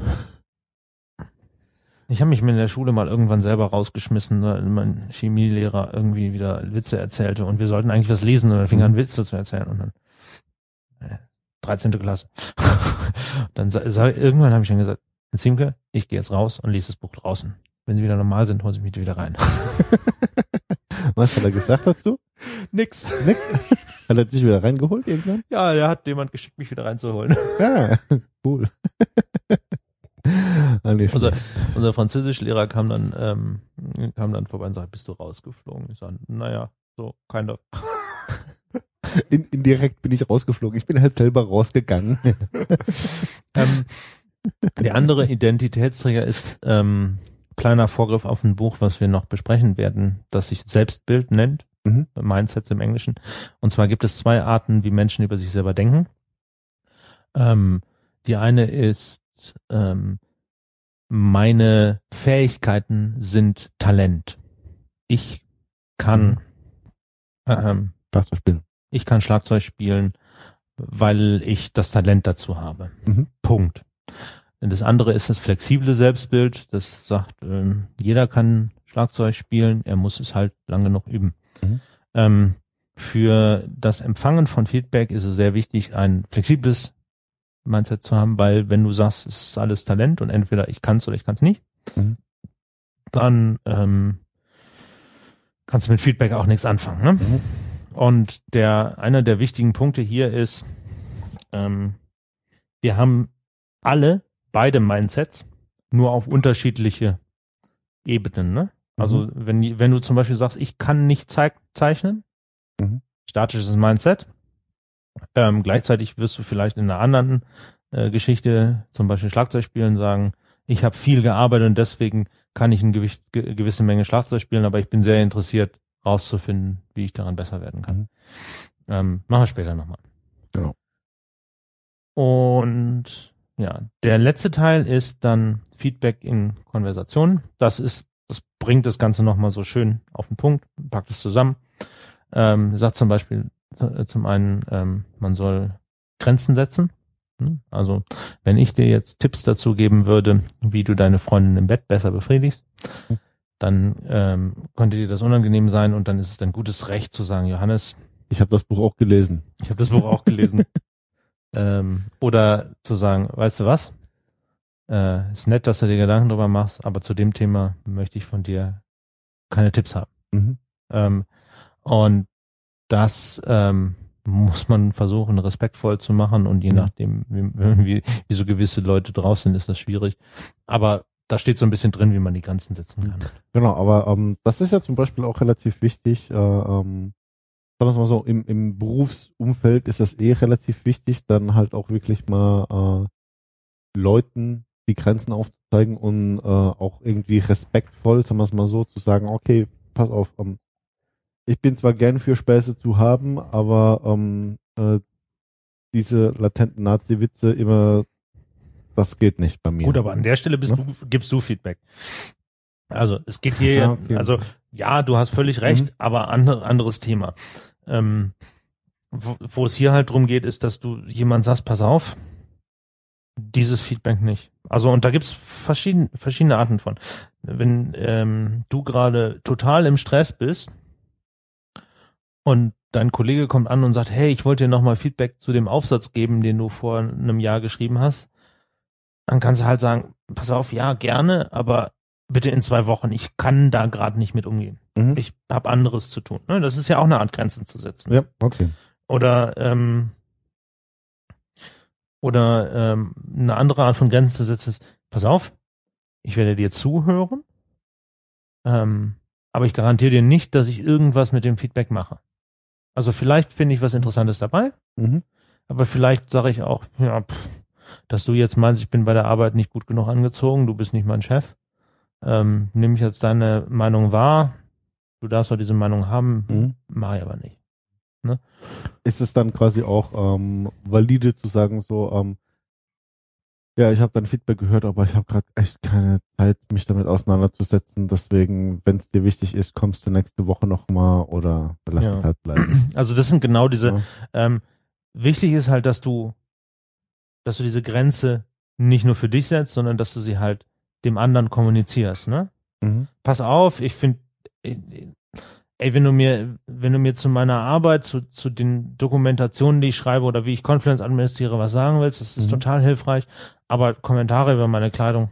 A: Ich habe mich mir in der Schule mal irgendwann selber rausgeschmissen, weil mein Chemielehrer irgendwie wieder Witze erzählte und wir sollten eigentlich was lesen und dann fing er an, Witze zu erzählen und dann äh, dreizehnte Klasse. Dann sa, sa, irgendwann habe ich dann gesagt, Herr Ziemke, ich gehe jetzt raus und lese das Buch draußen. Wenn sie wieder normal sind, holen sie mich wieder rein.
B: Was hat er gesagt dazu?
A: Nix.
B: Nix? Hat er dich wieder reingeholt irgendwann?
A: Ja, der hat jemand geschickt, mich wieder reinzuholen.
B: Ja, cool. Ah, nee,
A: Unser, unser Französischlehrer kam dann, ähm, kam dann vorbei und sagte, bist du rausgeflogen? Ich sage, naja, so, kind of.
B: In, indirekt bin ich rausgeflogen. Ich bin halt selber rausgegangen.
A: ähm, der andere Identitätsträger ist ähm, kleiner Vorgriff auf ein Buch, was wir noch besprechen werden, das sich Selbstbild nennt,
B: Mhm.
A: Mindsets im Englischen. Und zwar gibt es zwei Arten, wie Menschen über sich selber denken. Ähm, die eine ist, ähm, meine Fähigkeiten sind Talent. Ich kann, ähm,
B: Schlagzeug spielen.
A: ich kann Schlagzeug spielen, weil ich das Talent dazu habe.
B: Mhm.
A: Punkt. Und das andere ist das flexible Selbstbild, das sagt, ähm, jeder kann Schlagzeug spielen, er muss es halt lange noch üben.
B: Mhm.
A: Ähm, für das Empfangen von Feedback ist es sehr wichtig, ein flexibles Mindset zu haben, weil wenn du sagst, es ist alles Talent und entweder ich kann's oder ich kann's nicht,
B: Mhm.
A: dann ähm, kannst du mit Feedback auch nichts anfangen. Ne?
B: Mhm.
A: Und der einer der wichtigen Punkte hier ist, ähm, wir haben alle beide Mindsets, nur auf unterschiedliche Ebenen. Ne? Also wenn wenn du zum Beispiel sagst, ich kann nicht zeig, zeichnen,
B: Mhm.
A: statisches Mindset. Ähm, gleichzeitig wirst du vielleicht in einer anderen äh, Geschichte, zum Beispiel Schlagzeug spielen, sagen, ich habe viel gearbeitet und deswegen kann ich eine gewicht, ge gewisse Menge Schlagzeug spielen, aber ich bin sehr interessiert, rauszufinden, wie ich daran besser werden kann.
B: Mhm.
A: Ähm, machen wir später nochmal.
B: Genau.
A: Und ja, der letzte Teil ist dann Feedback in Konversationen. Das ist, das bringt das Ganze nochmal so schön auf den Punkt, packt es zusammen. Ähm, sagt zum Beispiel äh, zum einen, ähm, man soll Grenzen setzen. Hm? Also wenn ich dir jetzt Tipps dazu geben würde, wie du deine Freundin im Bett besser befriedigst,
B: Mhm.
A: dann ähm, könnte dir das unangenehm sein und dann ist es dein gutes Recht zu sagen, Johannes,
B: Ich habe das Buch auch gelesen.
A: ich habe das Buch auch gelesen. ähm, oder zu sagen, weißt du was? Äh, ist nett, dass du dir Gedanken drüber machst, aber zu dem Thema möchte ich von dir keine Tipps haben.
B: Mhm.
A: Ähm, und das ähm, muss man versuchen, respektvoll zu machen und je
B: Mhm.
A: nachdem, wie, wie, wie so gewisse Leute drauf sind, ist das schwierig. Aber da steht so ein bisschen drin, wie man die Grenzen setzen kann.
B: Genau, aber ähm, das ist ja zum Beispiel auch relativ wichtig, äh, ähm, sagen wir es mal so, im, im Berufsumfeld ist das eh relativ wichtig, dann halt auch wirklich mal äh, Leuten die Grenzen aufzuzeigen und äh, auch irgendwie respektvoll, sagen wir es mal so, zu sagen, okay, pass auf, ähm, ich bin zwar gern für Späße zu haben, aber ähm, äh, diese latenten Nazi-Witze immer, das geht nicht bei mir.
A: Gut, aber an der Stelle bist
B: Ja?
A: du, gibst du Feedback. Also es geht hier,
B: Ah, okay.
A: also ja, du hast völlig recht,
B: Mhm.
A: aber andere, anderes Thema. Ähm, wo, wo es hier halt drum geht, ist, dass du jemand sagst, pass auf, dieses Feedback nicht. Also und da gibt's verschiedene, verschiedene Arten von. Wenn ähm, du gerade total im Stress bist und dein Kollege kommt an und sagt, hey, ich wollte dir nochmal Feedback zu dem Aufsatz geben, den du vor einem Jahr geschrieben hast, dann kannst du halt sagen, pass auf, ja, gerne, aber bitte in zwei Wochen. Ich kann da gerade nicht mit umgehen.
B: Mhm.
A: Ich habe anderes zu tun. Ne? Das ist ja auch eine Art, Grenzen zu setzen.
B: Ja, okay.
A: Oder ähm, oder ähm, eine andere Art von Grenzen zu setzen ist, pass auf, ich werde dir zuhören, ähm, aber ich garantiere dir nicht, dass ich irgendwas mit dem Feedback mache. Also vielleicht finde ich was Interessantes dabei,
B: Mhm.
A: aber vielleicht sage ich auch, ja, pff, dass du jetzt meinst, ich bin bei der Arbeit nicht gut genug angezogen, du bist nicht mein Chef. Ähm, nimm ich jetzt deine Meinung wahr, du darfst doch diese Meinung haben,
B: Mhm.
A: mache ich aber nicht.
B: Ist es dann quasi auch ähm, valide zu sagen, so, ähm, ja, ich habe dein Feedback gehört, aber ich habe gerade echt keine Zeit, mich damit auseinanderzusetzen. Deswegen, wenn es dir wichtig ist, kommst du nächste Woche nochmal oder lass
A: Ja.
B: es halt bleiben.
A: Also das sind genau diese,
B: Ja.
A: ähm, wichtig ist halt, dass du, dass du diese Grenze nicht nur für dich setzt, sondern dass du sie halt dem anderen kommunizierst, ne?
B: Mhm.
A: Pass auf, ich finde, ey, wenn du mir, wenn du mir zu meiner Arbeit, zu, zu den Dokumentationen, die ich schreibe oder wie ich Confluence administriere, was sagen willst, das ist
B: Mhm.
A: total hilfreich, aber Kommentare über meine Kleidung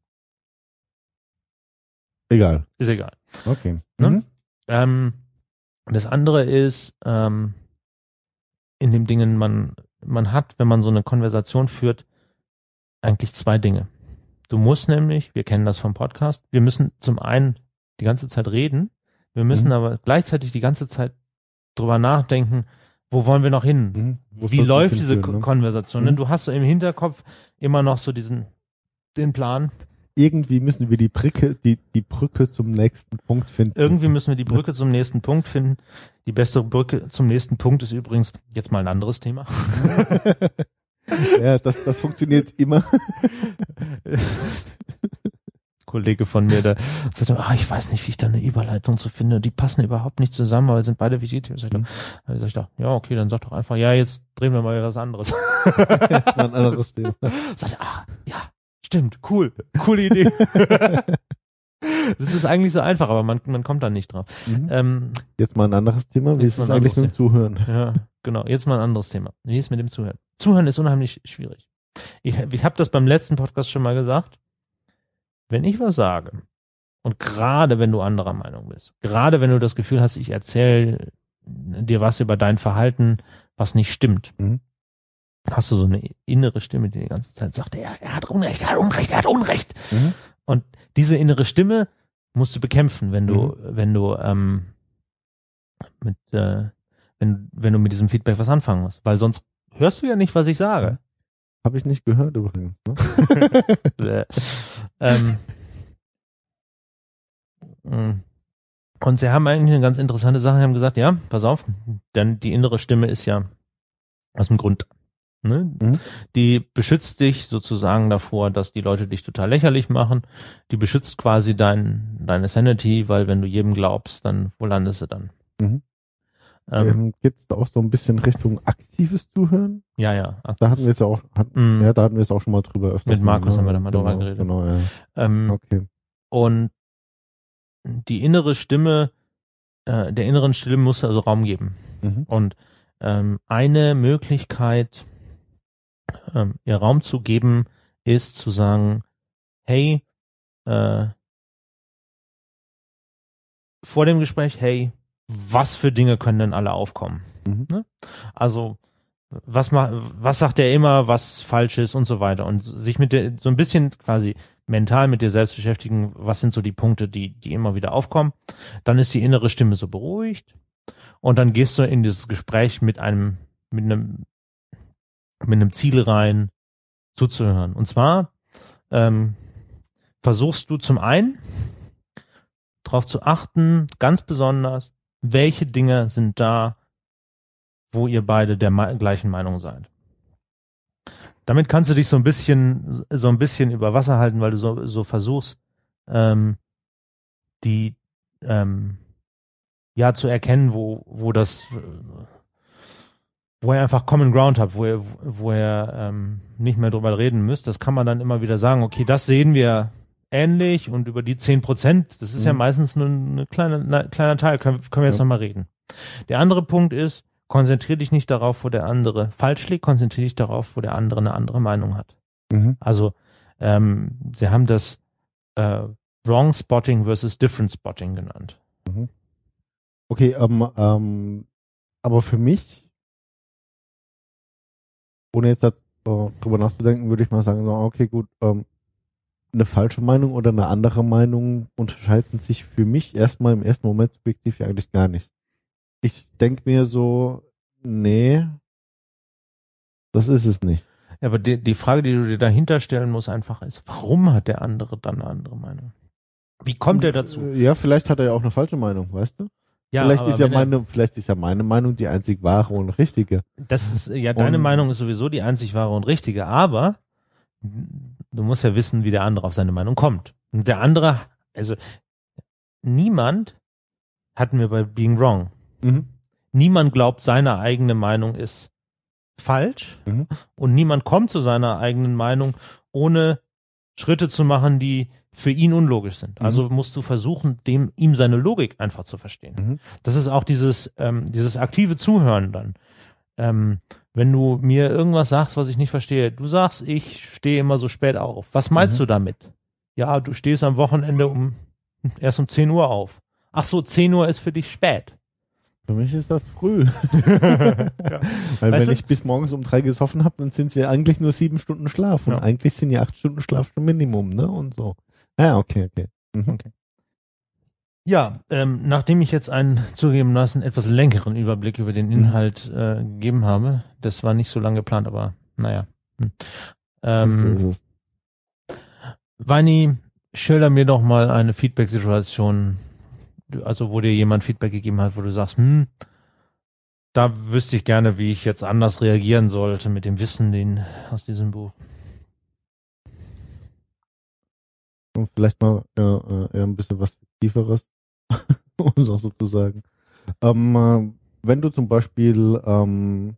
B: Egal.
A: ist egal.
B: Okay.
A: Ne?
B: Mhm.
A: Ähm, das andere ist, ähm, in den Dingen, man, man hat, wenn man so eine Konversation führt, eigentlich zwei Dinge. Du musst nämlich, wir kennen das vom Podcast, wir müssen zum einen die ganze Zeit reden, wir müssen
B: Mhm.
A: aber gleichzeitig die ganze Zeit drüber nachdenken, wo wollen wir noch hin?
B: Mhm. Wo
A: Wie
B: soll's
A: läuft
B: uns
A: diese
B: hinführen,
A: Ko-
B: ne?
A: Konversation?
B: Mhm.
A: Du hast so im Hinterkopf immer noch so diesen, den Plan.
B: Irgendwie müssen wir die Brücke, die, die Brücke zum nächsten Punkt finden.
A: Irgendwie müssen wir die Brücke zum nächsten Punkt finden. Die beste Brücke zum nächsten Punkt ist übrigens jetzt mal ein anderes Thema.
B: Ja, das, das funktioniert immer.
A: Kollege von mir, der sagte, ah, ich weiß nicht, wie ich da eine Überleitung zu finde. Die passen überhaupt nicht zusammen, weil sind beide Visite. Ich
B: Mhm.
A: sag ich, ja, okay, dann sag doch einfach, ja, jetzt drehen wir mal was anderes.
B: Jetzt mal ein anderes Thema.
A: Sagt er, ah, ja, stimmt, cool, coole Idee. Das ist eigentlich so einfach, aber man, man kommt da nicht drauf.
B: Mhm.
A: Ähm,
B: Jetzt mal ein anderes Thema. Wie
A: Jetzt
B: ist
A: mal
B: es
A: ein
B: eigentlich mit
A: anderes
B: dem Zuhören?
A: ja, genau. Jetzt mal ein anderes Thema. Wie ist mit dem Zuhören? Zuhören ist unheimlich schwierig. Ich, ich habe das beim letzten Podcast schon mal gesagt. Wenn ich was sage und gerade wenn du anderer Meinung bist, gerade wenn du das Gefühl hast, ich erzähle dir was über dein Verhalten, was nicht stimmt,
B: Mhm.
A: hast du so eine innere Stimme, die die ganze Zeit sagt, er, er hat Unrecht, er hat Unrecht, er hat Unrecht.
B: Mhm.
A: Und diese innere Stimme musst du bekämpfen, wenn du, mhm. wenn du ähm, mit, äh, wenn, wenn du mit diesem Feedback was anfangen musst, weil sonst hörst du ja nicht, was ich sage.
B: Habe ich nicht gehört übrigens. Ne?
A: ähm, und sie haben eigentlich eine ganz interessante Sache, sie haben gesagt, ja, pass auf, denn die innere Stimme ist ja aus dem Grund. Ne?
B: Mhm.
A: Die beschützt dich sozusagen davor, dass die Leute dich total lächerlich machen. Die beschützt quasi dein, deine Sanity, weil wenn du jedem glaubst, dann wo landest du dann?
B: Mhm.
A: Ähm,
B: ähm, geht's da auch so ein bisschen Richtung aktives Zuhören?
A: ja, ja.
B: Da hatten wir es ja auch, hat,
A: mm.
B: ja, da hatten wir es auch schon mal drüber öfters.
A: Mit Markus
B: mal,
A: haben wir da mal
B: genau,
A: drüber geredet.
B: Genau, ja.
A: Ähm,
B: Okay.
A: Und die innere Stimme, äh, der inneren Stimme musst du also Raum geben.
B: Mhm.
A: Und ähm, eine Möglichkeit, ähm, ihr Raum zu geben, ist zu sagen, hey, äh, vor dem Gespräch, hey, was für Dinge können denn alle aufkommen?
B: Mhm.
A: Ne? Also, was ma, was sagt er immer, was falsch ist und so weiter. Und sich mit der, so ein bisschen quasi mental mit dir selbst beschäftigen, was sind so die Punkte, die, die immer wieder aufkommen. Dann ist die innere Stimme so beruhigt Und dann gehst du in dieses Gespräch mit einem, mit einem, mit einem Ziel rein, zuzuhören. Und zwar ähm, versuchst du zum einen darauf zu achten, ganz besonders, welche Dinge sind da, wo ihr beide der me- gleichen Meinung seid. Damit kannst du dich so ein bisschen, so ein bisschen über Wasser halten, weil du so, so versuchst, ähm, die, ähm, ja, zu erkennen, wo, wo das, wo ihr einfach Common Ground habt, wo ihr, wo ihr ähm, nicht mehr drüber reden müsst. Das kann man dann immer wieder sagen, okay, das sehen wir ähnlich und über die zehn Prozent, das ist mhm. ja meistens nur ein kleine, ne, kleiner Teil, können, können wir jetzt ja. nochmal reden. Der andere Punkt ist, konzentrier dich nicht darauf, wo der andere falsch liegt, konzentrier dich darauf, wo der andere eine andere Meinung hat. Mhm. Also, ähm, sie haben das äh, Wrong Spotting versus Different Spotting genannt.
B: Mhm. Okay, ähm, ähm, aber für mich, ohne jetzt äh, drüber nachzudenken, würde ich mal sagen, so, okay, gut, ähm, eine falsche Meinung oder eine andere Meinung unterscheiden sich für mich erstmal im ersten Moment subjektiv ja eigentlich gar nicht. Ich denke mir so, nee, das ist es nicht.
A: Ja, aber die, die Frage, die du dir dahinter stellen musst, einfach ist, warum hat der andere dann eine andere Meinung? Wie kommt er dazu?
B: Ja, vielleicht hat er ja auch eine falsche Meinung, weißt du?
A: Ja,
B: vielleicht ist ja meine, vielleicht ist ja meine Meinung die einzig wahre und richtige.
A: Das ist, ja, deine und, Meinung ist sowieso die einzig wahre und richtige, aber du musst ja wissen, wie der andere auf seine Meinung kommt. Und der andere, also niemand, hatten wir bei Being Wrong, mhm. niemand glaubt, seine eigene Meinung ist falsch mhm. und niemand kommt zu seiner eigenen Meinung, ohne Schritte zu machen, die für ihn unlogisch sind. Mhm. Also musst du versuchen, dem ihm seine Logik einfach zu verstehen. Mhm. Das ist auch dieses ähm, dieses aktive Zuhören dann. Ähm, wenn du mir irgendwas sagst, was ich nicht verstehe, du sagst, ich stehe immer so spät auf. Was meinst mhm. du damit? Ja, du stehst am Wochenende um erst um zehn Uhr auf. Ach so, zehn Uhr ist für dich spät.
B: Für mich ist das früh. ja. Weil weißt wenn du? ich bis morgens um drei gesoffen habe, dann sind es ja eigentlich nur sieben Stunden Schlaf. Und ja. eigentlich sind ja acht Stunden Schlaf schon Minimum, ne? Und so. Ja, okay, okay. Mhm. okay.
A: Ja, ähm, nachdem ich jetzt einen zugegebenermaßen etwas längeren Überblick über den Inhalt äh, gegeben habe, das war nicht so lange geplant, aber naja. Hm. Ähm, so ist es. Weini, schilder mir doch mal eine Feedback-Situation, also wo dir jemand Feedback gegeben hat, wo du sagst, hm, da wüsste ich gerne, wie ich jetzt anders reagieren sollte mit dem Wissen den, aus diesem Buch.
B: Und vielleicht mal ja, eher ein bisschen was Tieferes, um es auch so zu sagen. Ähm, wenn du zum Beispiel ähm,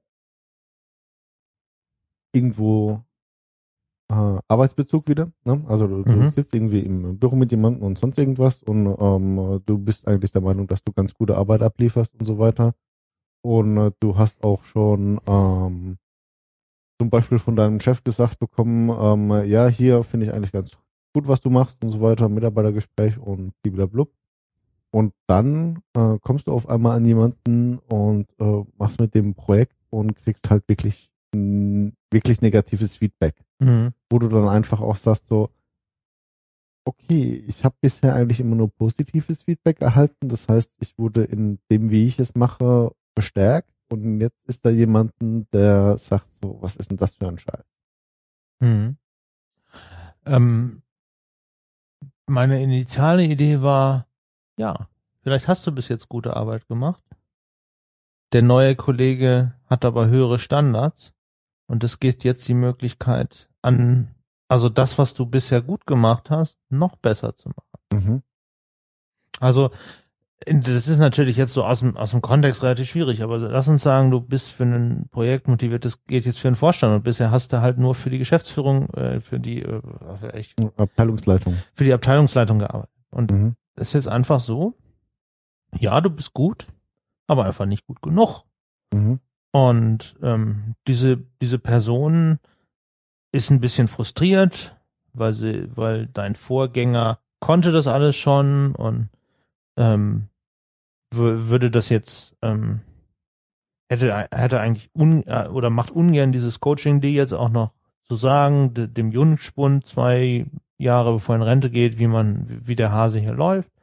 B: irgendwo äh, Arbeitsbezug wieder, ne? Also du, du mhm. sitzt irgendwie im Büro mit jemandem und sonst irgendwas und ähm, du bist eigentlich der Meinung, dass du ganz gute Arbeit ablieferst und so weiter. Und äh, du hast auch schon ähm, zum Beispiel von deinem Chef gesagt bekommen, ähm, ja, hier finde ich eigentlich ganz gut, was du machst und so weiter, Mitarbeitergespräch und blablabla. Und dann äh, kommst du auf einmal an jemanden und äh, machst mit dem Projekt und kriegst halt wirklich mh, wirklich negatives Feedback. Mhm. Wo du dann einfach auch sagst so, okay, ich habe bisher eigentlich immer nur positives Feedback erhalten. Das heißt, ich wurde in dem, wie ich es mache, bestärkt. Und jetzt ist da jemanden, der sagt so, was ist denn das für ein Scheiß?
A: Mhm. Ähm, meine initiale Idee war, ja, vielleicht hast du bis jetzt gute Arbeit gemacht. Der neue Kollege hat aber höhere Standards und es geht jetzt die Möglichkeit an, also das, was du bisher gut gemacht hast, noch besser zu machen. Mhm. Also das ist natürlich jetzt so aus dem, aus dem Kontext relativ schwierig, aber lass uns sagen, du bist für ein Projekt motiviert, das geht jetzt für einen Vorstand und bisher hast du halt nur für die Geschäftsführung, äh, für die äh, echt,
B: Abteilungsleitung.
A: Für die Abteilungsleitung gearbeitet. Und mhm. das ist jetzt einfach so, ja, du bist gut, aber einfach nicht gut genug. Mhm. Und ähm, diese, diese Person ist ein bisschen frustriert, weil sie, weil dein Vorgänger konnte das alles schon und ähm, würde das jetzt ähm, hätte hätte eigentlich un, äh, oder macht ungern dieses Coaching, die jetzt auch noch zu sagen, de, dem Jungspund zwei Jahre bevor er in Rente geht, wie man wie der Hase hier läuft.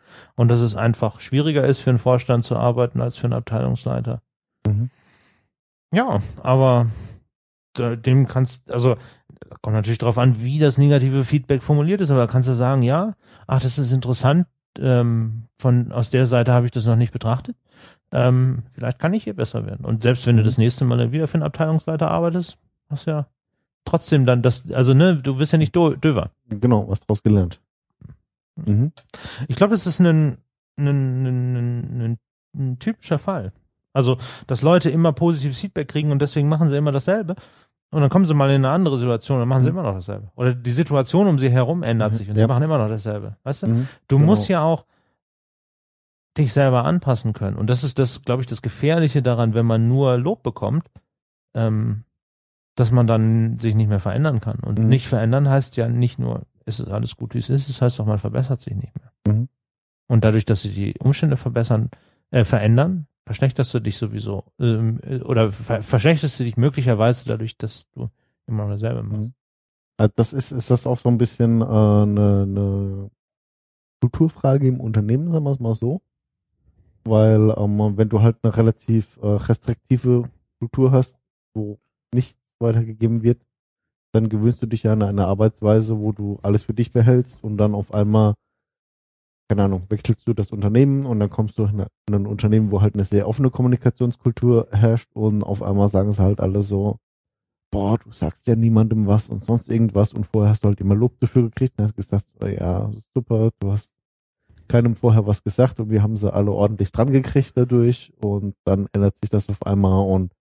A: und dass es einfach schwieriger ist, für einen Vorstand zu arbeiten als für einen Abteilungsleiter.
B: Mhm.
A: Ja, aber da- dem kannst, also kommt natürlich darauf an, wie das negative Feedback formuliert ist, aber da kannst du sagen, ja, ach, das ist interessant, ähm, von aus der Seite habe ich das noch nicht betrachtet. Ähm, vielleicht kann ich hier besser werden. Und selbst wenn du
B: Mhm.
A: das nächste Mal dann wieder für einen Abteilungsleiter arbeitest, hast ja trotzdem dann das, also ne, du wirst ja nicht do, döver.
B: Genau, was draus gelernt. Mhm.
A: Ich glaube, das ist ein, ein, ein, ein, ein, ein typischer Fall. Also, dass Leute immer positives Feedback kriegen und deswegen machen sie immer dasselbe. Und dann kommen sie mal in eine andere Situation und machen sie
B: Mhm.
A: immer noch dasselbe. Oder die Situation um sie herum ändert
B: Mhm.
A: sich und
B: Ja.
A: sie machen immer noch dasselbe. Weißt du?
B: Mhm.
A: Du
B: Genau.
A: musst ja auch dich selber anpassen können. Und das ist das, glaube ich, das Gefährliche daran, wenn man nur Lob bekommt, ähm, dass man dann sich nicht mehr verändern kann. Und
B: Mhm.
A: nicht verändern heißt ja nicht nur, es ist alles gut, wie es ist, es heißt auch, man verbessert sich nicht mehr.
B: Mhm.
A: Und dadurch, dass sich die Umstände verbessern, äh, verändern, verschlechterst du dich sowieso, ähm, äh, oder ver verschlechterst du dich möglicherweise dadurch, dass du immer noch dasselbe machst.
B: Mhm. Also das ist, ist das auch so ein bisschen äh, eine, eine Kulturfrage im Unternehmen, sagen wir es mal so. Weil ähm, wenn du halt eine relativ äh, restriktive Kultur hast, wo nichts weitergegeben wird, dann gewöhnst du dich ja an eine Arbeitsweise, wo du alles für dich behältst und dann auf einmal, keine Ahnung, wechselst du das Unternehmen und dann kommst du in ein Unternehmen, wo halt eine sehr offene Kommunikationskultur herrscht und auf einmal sagen sie halt alle so, boah, du sagst ja niemandem was und sonst irgendwas und vorher hast du halt immer Lob dafür gekriegt und hast gesagt, ja, super, du hast keinem vorher was gesagt und wir haben sie alle ordentlich dran gekriegt dadurch und dann ändert sich das auf einmal und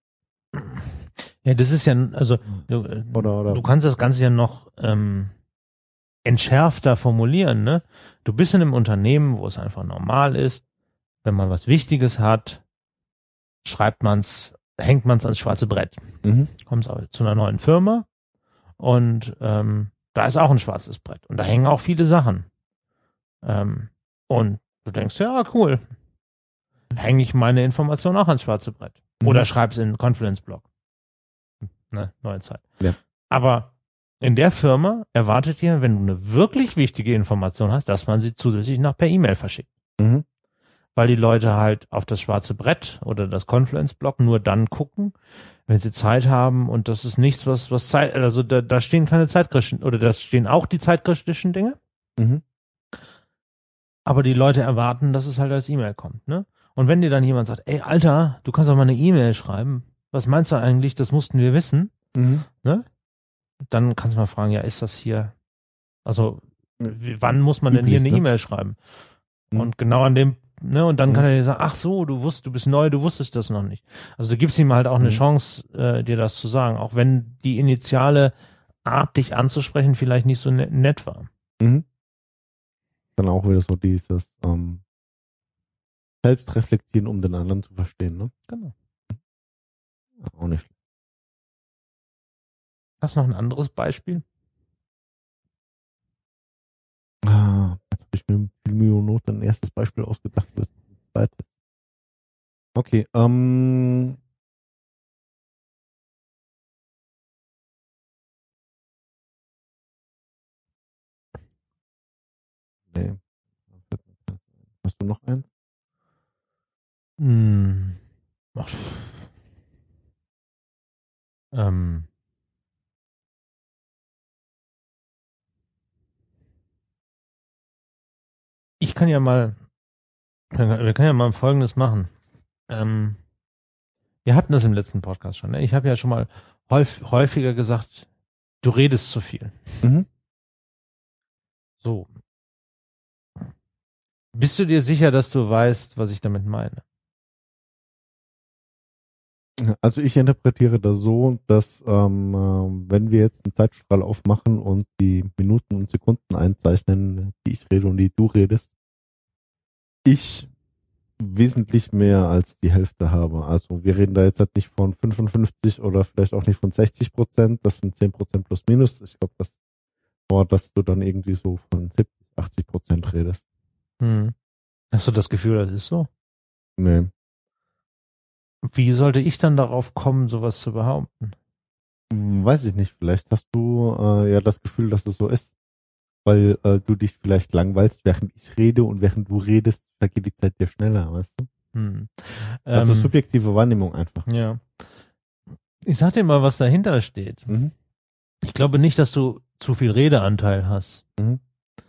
A: Ja, das ist ja, also du, äh,
B: Oder- oder-
A: du kannst das Ganze ja noch ähm, entschärfter formulieren, ne? Du bist in einem Unternehmen, wo es einfach normal ist, wenn man was Wichtiges hat, schreibt man's, hängt man's ans schwarze Brett.
B: mhm,
A: Kommst aber zu einer neuen Firma und ähm, da ist auch ein schwarzes Brett und da hängen auch viele Sachen. Ähm, und du denkst, ja, cool, hänge ich meine Information auch ans schwarze Brett.
B: Mhm.
A: Oder schreib's in Confluence-Blog. Ne, neue Zeit.
B: Ja.
A: Aber in der Firma erwartet ihr, wenn du eine wirklich wichtige Information hast, dass man sie zusätzlich noch per E-Mail verschickt.
B: mhm,
A: Weil die Leute halt auf das schwarze Brett oder das Confluence-Blog nur dann gucken, wenn sie Zeit haben und das ist nichts, was, was Zeit, also da, da stehen keine zeitkritischen, oder da stehen auch die zeitkritischen Dinge,
B: mhm,
A: aber die Leute erwarten, dass es halt als E-Mail kommt, ne? Und wenn dir dann jemand sagt, ey, Alter, du kannst doch mal eine E-Mail schreiben, was meinst du eigentlich, das mussten wir wissen,
B: mhm.
A: dann kannst du mal fragen, ja, ist das hier, also wie, wann muss man denn hier
B: Üblich,
A: eine
B: ne?
A: E-Mail schreiben?
B: Mhm.
A: Und genau an dem, ne, und dann
B: Mhm.
A: kann er dir sagen, ach so, du wusst, du bist neu, du wusstest das noch nicht. Also du gibst ihm halt auch eine
B: Mhm.
A: Chance, äh, dir das zu sagen, auch wenn die initiale Art, dich anzusprechen, vielleicht nicht so ne nett war.
B: Mhm. Dann auch wieder so dieses ähm, Selbstreflektieren, um den anderen zu verstehen, ne?
A: Genau.
B: Auch nicht schlecht.
A: Hast du noch ein anderes Beispiel?
B: Ah, jetzt habe ich mir mit viel Mühe und Not ein erstes Beispiel ausgedacht. Das zweite. Okay, ähm, nee. Hast du noch eins?
A: Hm. Ach, ähm. Ich kann ja mal, wir können ja mal Folgendes machen. Ähm, wir hatten das im letzten Podcast schon. Ne? Ich habe ja schon mal häufig, häufiger gesagt, du redest zu viel.
B: Mhm.
A: So. Bist du dir sicher, dass du weißt, was ich damit meine?
B: Also ich interpretiere das so, dass ähm, äh, wenn wir jetzt einen Zeitstrahl aufmachen und die Minuten und Sekunden einzeichnen, die ich rede und die du redest, ich wesentlich mehr als die Hälfte habe. Also wir reden da jetzt halt nicht von fünfundfünfzig oder vielleicht auch nicht von sechzig Prozent, das sind zehn Prozent plus minus. Ich glaube, das war, dass du dann irgendwie so von siebzig, achtzig Prozent redest.
A: Hm. Hast du das Gefühl, das ist so?
B: Nee.
A: Wie sollte ich dann darauf kommen, sowas zu behaupten?
B: Weiß ich nicht, vielleicht hast du äh, ja das Gefühl, dass es so ist. weil äh, du dich vielleicht langweilst, während ich rede und während du redest, vergeht die Zeit dir schneller, weißt du?
A: Hm.
B: Also
A: Ähm,
B: subjektive Wahrnehmung einfach.
A: ja. Ich sag dir mal, was dahinter steht.
B: Mhm.
A: Ich glaube nicht, dass du zu viel Redeanteil hast.
B: Mhm.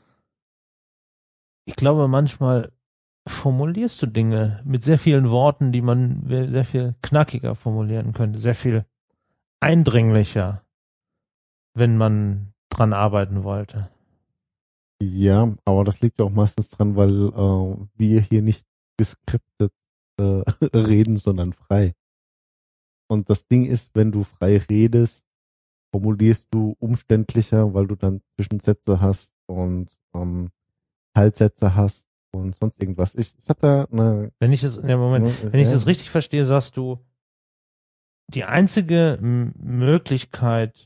A: Ich glaube, manchmal formulierst du Dinge mit sehr vielen Worten, die man sehr viel knackiger formulieren könnte, sehr viel eindringlicher, wenn man dran arbeiten wollte.
B: Ja, aber das liegt ja auch meistens dran, weil äh, wir hier nicht geskriptet äh, reden, sondern frei. Und das Ding ist, wenn du frei redest, formulierst du umständlicher, weil du dann Zwischensätze hast und ähm, Teilsätze hast und sonst irgendwas. Ich, ich hatte eine...
A: Wenn ich das, ja, Moment,
B: Ne,
A: wenn ich
B: ja,
A: das richtig verstehe, sagst du, die einzige M- Möglichkeit,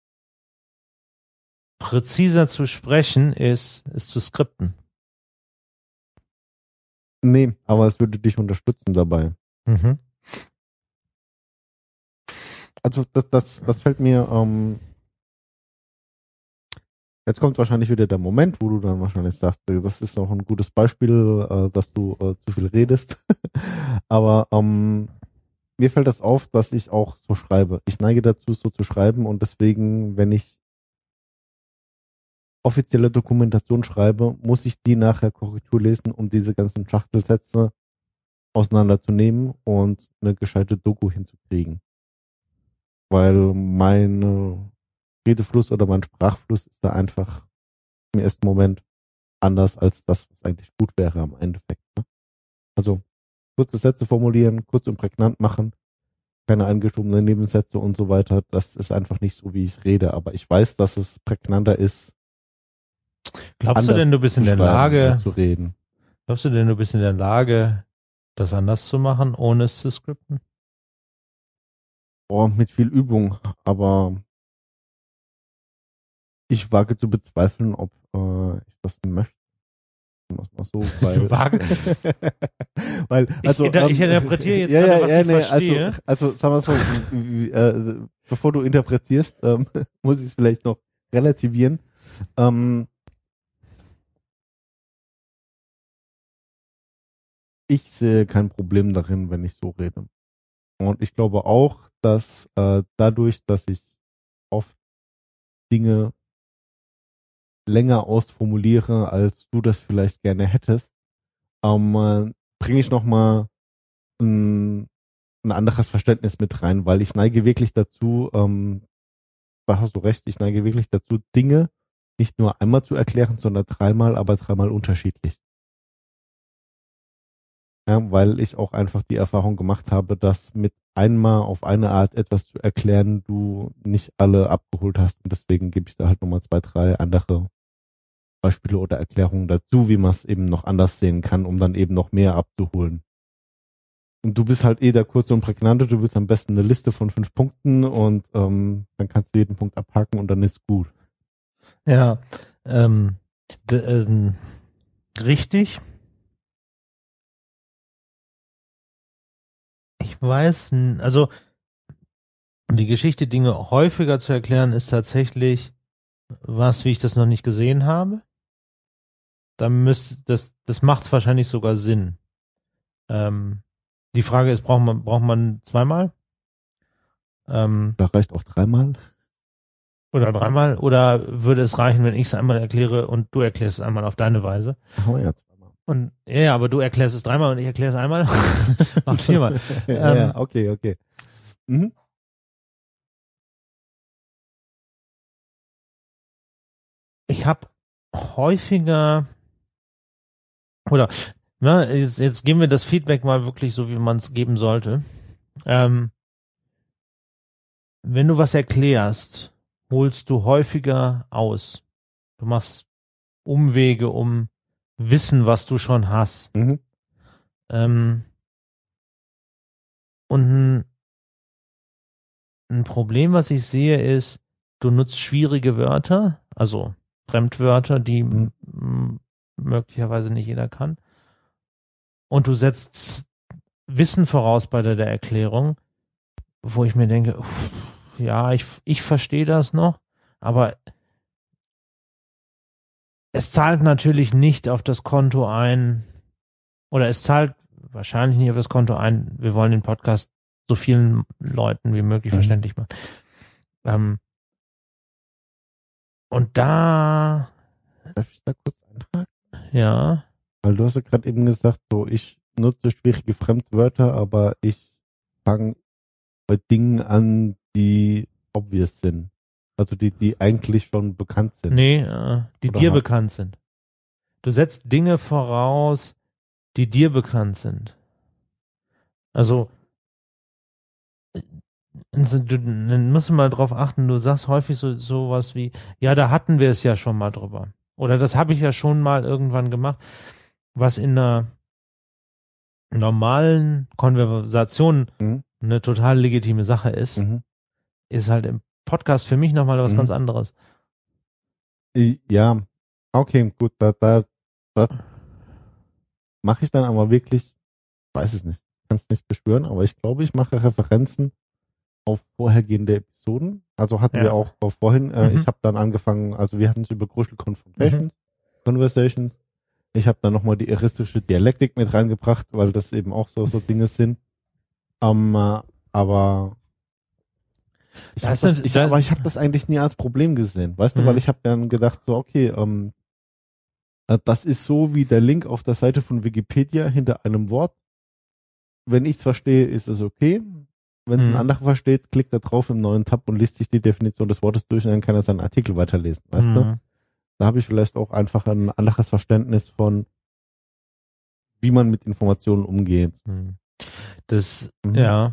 A: präziser zu sprechen, ist, ist zu skripten.
B: nee, aber es würde dich unterstützen dabei.
A: Mhm.
B: Also das, das, das fällt mir... Ähm, Jetzt kommt wahrscheinlich wieder der Moment, wo du dann wahrscheinlich sagst, das ist noch ein gutes Beispiel, äh, dass du äh, zu viel redest. Aber ähm, mir fällt das auf, dass ich auch so schreibe. Ich neige dazu, so zu schreiben und deswegen, wenn ich offizielle Dokumentation schreibe, muss ich die nachher Korrektur lesen, um diese ganzen Schachtelsätze auseinanderzunehmen und eine gescheite Doku hinzukriegen. Weil mein Redefluss oder mein Sprachfluss ist da einfach im ersten Moment anders als das, was eigentlich gut wäre am Endeffekt. Ne? Also kurze Sätze formulieren, kurz und prägnant machen, keine eingeschobenen Nebensätze und so weiter. Das ist einfach nicht so, wie ich rede. Aber ich weiß, dass es prägnanter ist,
A: Glaubst du denn, du bist in der Lage,
B: zu reden.
A: glaubst du denn, du bist in der Lage, das anders zu machen, ohne es zu skripten?
B: Boah, mit viel Übung. Aber ich wage zu bezweifeln, ob äh, ich das möchte. Mal so, weil, weil also
A: ich, inter,
B: ähm,
A: ich interpretiere jetzt
B: ja,
A: gerade,
B: ja,
A: was
B: ja,
A: ich
B: nee,
A: verstehe.
B: Also, also sagen wir so, wie, äh, bevor du interpretierst, ähm, muss ich es vielleicht noch relativieren. Ähm, ich sehe kein Problem darin, wenn ich so rede. Und ich glaube auch, dass äh, dadurch, dass ich oft Dinge länger ausformuliere, als du das vielleicht gerne hättest, ähm, äh, bringe ich nochmal ein, ein anderes Verständnis mit rein, weil ich neige wirklich dazu, ähm, da hast du recht, ich neige wirklich dazu, Dinge nicht nur einmal zu erklären, sondern dreimal, aber dreimal unterschiedlich. Ja, weil ich auch einfach die Erfahrung gemacht habe, dass mit einmal auf eine Art etwas zu erklären, du nicht alle abgeholt hast und deswegen gebe ich da halt nochmal zwei, drei andere Beispiele oder Erklärungen dazu, wie man es eben noch anders sehen kann, um dann eben noch mehr abzuholen. Und du bist halt eh der kurze und prägnante, du willst am besten eine Liste von fünf Punkten und ähm, dann kannst du jeden Punkt abhaken und dann ist gut.
A: Ja, ähm, d- ähm, richtig. Ich weiß, n- also die Geschichte, Dinge häufiger zu erklären, ist tatsächlich was, wie ich das noch nicht gesehen habe. Da müsste das, das macht wahrscheinlich sogar Sinn. Ähm, die Frage ist, braucht man, braucht man zweimal? Ähm,
B: Da reicht auch dreimal.
A: oder dreimal? Oder würde es reichen, wenn ich es einmal erkläre und du erklärst es einmal auf deine Weise?
B: Oh ja, zweimal.
A: Und ja, ja, aber du erklärst es dreimal und ich erkläre es einmal. Macht viermal.
B: ja,
A: ähm,
B: ja, okay, okay. Mhm.
A: ich habe häufiger oder na, jetzt, jetzt geben wir das Feedback mal wirklich so, wie man es geben sollte. Ähm, wenn du was erklärst, holst du häufiger aus. Du machst Umwege um Wissen, was du schon hast.
B: Mhm.
A: Ähm, und ein, ein Problem, was ich sehe, ist, du nutzt schwierige Wörter, also Fremdwörter, die
B: Mhm.
A: m- möglicherweise nicht jeder kann. Und du setzt Wissen voraus bei der, der Erklärung, wo ich mir denke, uff, ja, ich, ich verstehe das noch, aber es zahlt natürlich nicht auf das Konto ein, oder es zahlt wahrscheinlich nicht auf das Konto ein, wir wollen den Podcast so vielen Leuten wie möglich mhm. verständlich machen. Ähm, und da...
B: Darf ich da kurz einhaken?
A: Ja.
B: Weil du hast ja gerade eben gesagt, so ich nutze schwierige Fremdwörter, aber ich fange bei Dingen an, die obvious sind. Also die, die eigentlich schon bekannt sind.
A: Nee, äh, die
B: Oder
A: dir
B: haben.
A: bekannt sind. Du setzt Dinge voraus, die dir bekannt sind. Also, also du dann musst du mal drauf achten, du sagst häufig so sowas wie, ja, da hatten wir es ja schon mal drüber. Oder das habe ich ja schon mal irgendwann gemacht, was in einer normalen Konversation mhm. eine total legitime Sache ist, mhm. ist halt im Podcast für mich nochmal was mhm. ganz anderes.
B: Ja, okay, gut, da, da, da mache ich dann aber wirklich, weiß es nicht, kann es nicht beschwören, aber ich glaube, ich mache Referenzen auf vorhergehende Episoden. Also hatten ja. wir auch vorhin, äh, mhm. ich habe dann angefangen, also wir hatten es über Crucial Confrontations, mhm. Conversations. Ich habe dann nochmal die eristische Dialektik mit reingebracht, weil das eben auch so, so Dinge sind. Um, äh, aber ich habe das, ich, aber ich hab das eigentlich nie als Problem gesehen. Weißt mhm. du, weil ich habe dann gedacht, so okay, ähm, das ist so wie der Link auf der Seite von Wikipedia hinter einem Wort. Wenn ich es verstehe, ist es okay. Wenn es mhm. ein anderer versteht, klickt er drauf im neuen Tab und liest sich die Definition des Wortes durch und dann kann er seinen Artikel weiterlesen, weißt mhm. du? Da habe ich vielleicht auch einfach ein anderes Verständnis von, wie man mit Informationen umgeht.
A: Das, mhm. ja.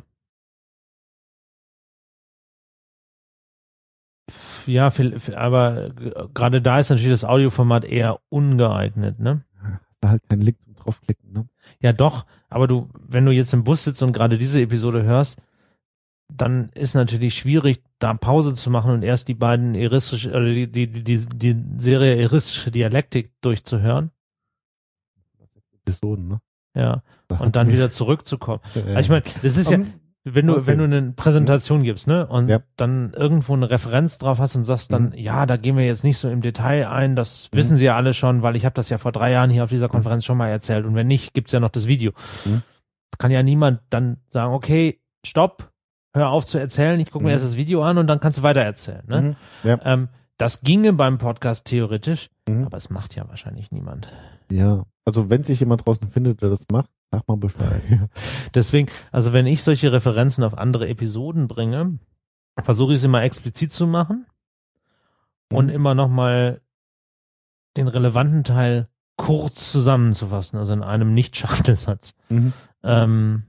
A: Ja, viel, aber gerade da ist natürlich das Audioformat eher ungeeignet, ne?
B: Da halt kein Link zum draufklicken, ne?
A: Ja, doch, aber du, wenn du jetzt im Bus sitzt und gerade diese Episode hörst, dann ist natürlich schwierig, da Pause zu machen und erst die beiden eristische, oder die, die, die, die, die Serie eristische Dialektik durchzuhören.
B: Episoden, ne?
A: Ja. Und dann wieder zurückzukommen. Also ich meine, das ist ja, wenn du, okay. wenn du eine Präsentation gibst, ne, und ja. dann irgendwo eine Referenz drauf hast und sagst dann, mhm. ja, da gehen wir jetzt nicht so im Detail ein, das mhm. wissen sie ja alle schon, weil ich habe das ja vor drei Jahren hier auf dieser Konferenz schon mal erzählt und wenn nicht, gibt's ja noch das Video. Mhm. Kann ja niemand dann sagen, okay, stopp, hör auf zu erzählen, ich gucke mir mhm. erst das Video an und dann kannst du weiter erzählen. Ne? Mhm. Ja. Ähm, das ginge beim Podcast theoretisch, mhm. aber es macht ja wahrscheinlich niemand.
B: Ja, also wenn sich jemand draußen findet, der das macht, sag mal Bescheid. Ja.
A: Deswegen, also wenn ich solche Referenzen auf andere Episoden bringe, versuche ich es immer explizit zu machen mhm. und immer nochmal den relevanten Teil kurz zusammenzufassen, also in einem Nicht-Schachtelsatz. Mhm. Ähm,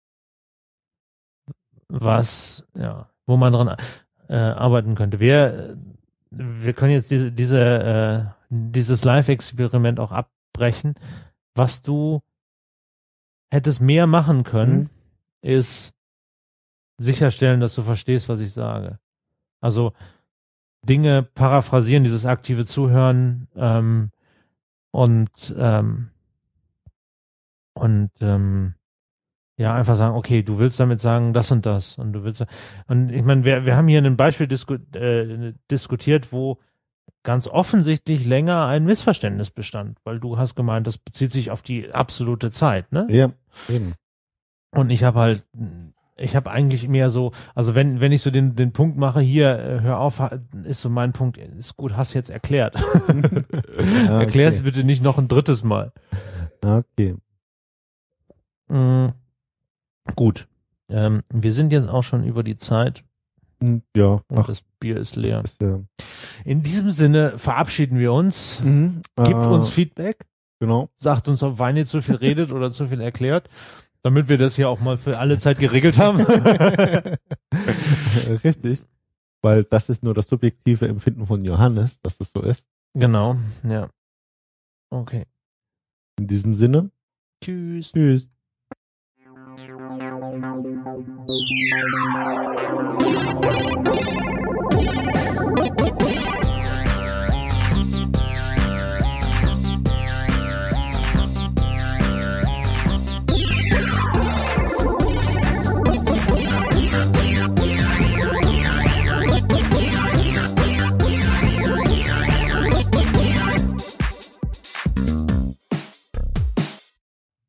A: was, ja, wo man dran äh, arbeiten könnte. Wir, wir können jetzt diese, diese, äh, dieses Live-Experiment auch abbrechen. Was du hättest mehr machen können, mhm. ist sicherstellen, dass du verstehst, was ich sage. Also Dinge paraphrasieren, dieses aktive Zuhören ähm, und ähm, und ähm, ja, einfach sagen, okay, du willst damit sagen das und das und du willst und ich meine, wir wir haben hier ein Beispiel disku äh, diskutiert, wo ganz offensichtlich länger ein Missverständnis bestand, weil du hast gemeint, das bezieht sich auf die absolute Zeit, ne?
B: Ja, eben.
A: Und ich habe halt, ich habe eigentlich mehr so, also wenn wenn ich so den den Punkt mache, hier, äh, hör auf, ist so mein Punkt, ist gut, hast jetzt erklärt. Okay. Erklär es bitte nicht noch ein drittes Mal.
B: Okay.
A: Mhm. Gut. Ähm, wir sind jetzt auch schon über die Zeit.
B: Ja.
A: Und ach, das Bier ist leer.
B: Ist, ja.
A: In diesem Sinne verabschieden wir uns. Mhm, Gibt äh, uns Feedback.
B: Genau.
A: Sagt uns, ob Weini zu viel redet oder zu viel erklärt. Damit wir das hier auch mal für alle Zeit geregelt haben.
B: Richtig. Weil das ist nur das subjektive Empfinden von Johannes, dass das so ist.
A: Genau, ja. Okay.
B: In diesem Sinne.
A: Tschüss.
B: Tschüss.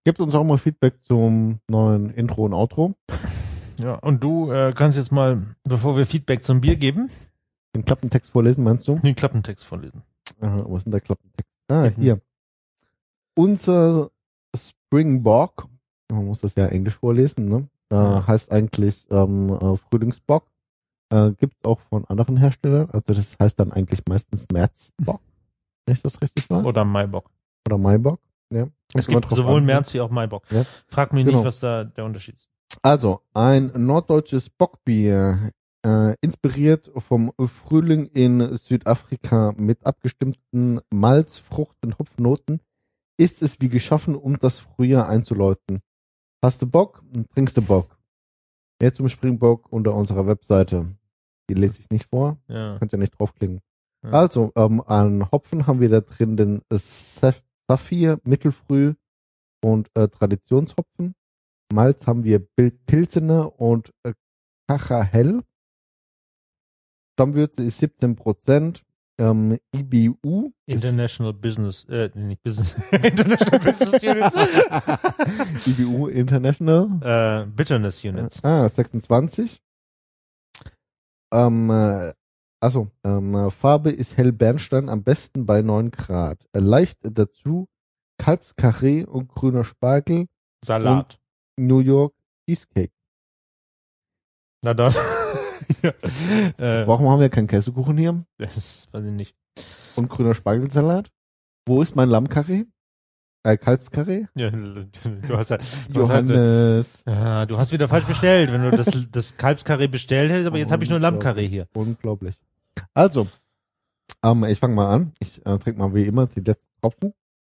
B: gebt uns auch mal Feedback zum neuen Intro und Outro.
A: Ja, und du äh, kannst jetzt mal, bevor wir Feedback zum Bier geben,
B: Den Klappentext vorlesen, meinst du?
A: den Klappentext vorlesen.
B: Aha, wo ist denn der Klappentext? Ah,
A: Mhm.
B: hier. Unser Springbock, man muss das ja Englisch vorlesen, ne? Äh,
A: Ja.
B: heißt eigentlich ähm, äh, Frühlingsbock. Äh, gibt auch von anderen Herstellern. Also das heißt dann eigentlich meistens Märzbock, wenn ich das richtig weiß.
A: Oder Maibock.
B: Oder Maibock. Ja.
A: Es
B: Kommt immer
A: gibt
B: drauf
A: sowohl
B: an.
A: März wie auch Maibock.
B: Ja.
A: Frag mich
B: Genau.
A: nicht, was da der Unterschied ist.
B: Also, ein norddeutsches Bockbier, äh, inspiriert vom Frühling in Südafrika mit abgestimmten Malz, Frucht und Hopfnoten, ist es wie geschaffen, um das Frühjahr einzuläuten. Hast du Bock? Trinkst du Bock. Mehr zum Springbock unter unserer Webseite. Die lese ich nicht vor,
A: Ja.
B: könnt ihr nicht draufklicken.
A: Ja.
B: Also, ähm, an Hopfen haben wir da drin den Saf- Saphir, Mittelfrüh und äh, Traditionshopfen. Malz haben wir Bil- Pilsener und äh, Kacha Hell. Stammwürze ist siebzehn Prozent. Ähm, I B U ist
A: International Business, äh, nicht Business, International Business Units.
B: I B U International.
A: äh, Bitterness Units.
B: Ah, sechsundzwanzig. Ähm, äh, also, ähm, äh, Farbe ist hell Bernstein, am besten bei neun Grad. Äh, leicht dazu Kalbskarree und grüner Spargel,
A: Salat.
B: New York Cheesecake.
A: Na dann. ja. äh,
B: Warum haben wir keinen Käsekuchen hier?
A: das weiß ich nicht.
B: Und grüner Spargelsalat? Wo ist mein Lammkarree? Äh, Kalbskarree?
A: Ja, du hast, halt- du, hast halt,
B: Johannes.
A: ja, du hast wieder falsch bestellt, wenn du das, das Kalbskarree bestellt hättest, aber jetzt habe ich nur Lammkarree hier.
B: Unglaublich. Also, ähm, ich fange mal an. Ich äh, trinke mal wie immer die letzten Tropfen.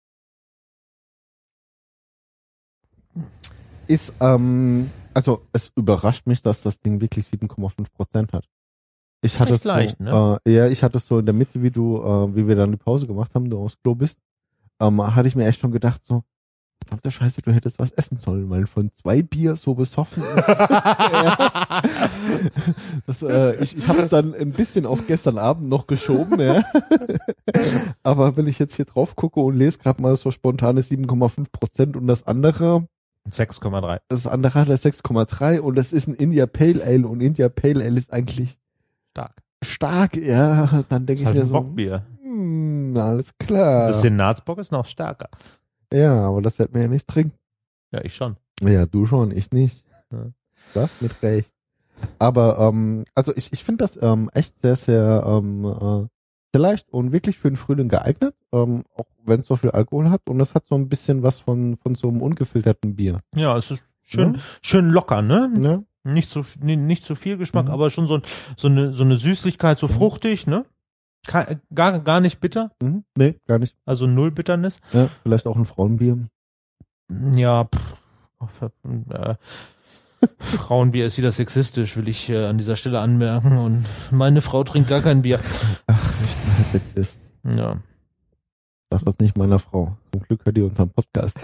B: Ist, ähm, also es überrascht mich, dass das Ding wirklich sieben Komma fünf Prozent hat. Ich hatte es
A: Recht
B: so,
A: leicht, ne?
B: äh, ja, ich hatte es so in der Mitte, wie du, äh, wie wir dann die Pause gemacht haben, du aufs Klo bist, ähm, hatte ich mir echt schon gedacht, so, verdammte Scheiße, du hättest was essen sollen, weil von zwei Bier so besoffen ist. ja. das, äh, ich ich habe es dann ein bisschen auf gestern Abend noch geschoben, ja. Aber wenn ich jetzt hier drauf gucke und lese gerade mal so spontane sieben Komma fünf Prozent und das andere,
A: sechs Komma drei.
B: das andere hat er sechs Komma drei und das ist ein India Pale Ale und India Pale Ale ist eigentlich
A: Stark.
B: stark, ja. Dann denke
A: Ist halt
B: ich mir
A: ein
B: so,
A: Bockbier.
B: hm, alles klar.
A: Das Senatsbock ist noch stärker.
B: Ja, aber das wird mir ja nicht trinken.
A: Ja, ich schon.
B: Ja, du schon, ich nicht.
A: Ja.
B: Das mit Recht. Aber, ähm, also ich, ich finde das ähm, echt sehr, sehr, ähm, äh, sehr leicht und wirklich für den Frühling geeignet, ähm, auch wenn es so viel Alkohol hat. Und das hat so ein bisschen was von, von so einem ungefilterten Bier.
A: Ja, es ist schön,
B: Ja.
A: schön locker, ne?
B: Ja.
A: Nicht so, nee, nicht so viel Geschmack,
B: Mhm.
A: aber schon so, ein- so eine, so eine Süßlichkeit, so
B: Mhm.
A: fruchtig, ne? Ke- Gar, gar nicht bitter,
B: Mhm. Nee, gar nicht.
A: also null Bitternis.
B: Ja, vielleicht auch ein Frauenbier.
A: Ja, pff, äh, Frauenbier ist wieder sexistisch, will ich äh, an dieser Stelle anmerken. Und meine Frau trinkt gar kein Bier.
B: Ach, ich bin halt Sexist.
A: Ja.
B: Sag das nicht meiner Frau. Zum Glück hört die unseren Podcast.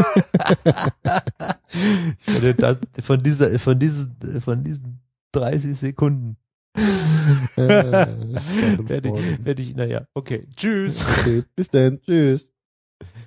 A: Ich würde da, von dieser, von diesen, von diesen dreißig Sekunden
B: äh,
A: werde ich, werde ich, naja, okay. Tschüss.
B: okay, bis dann. Tschüss.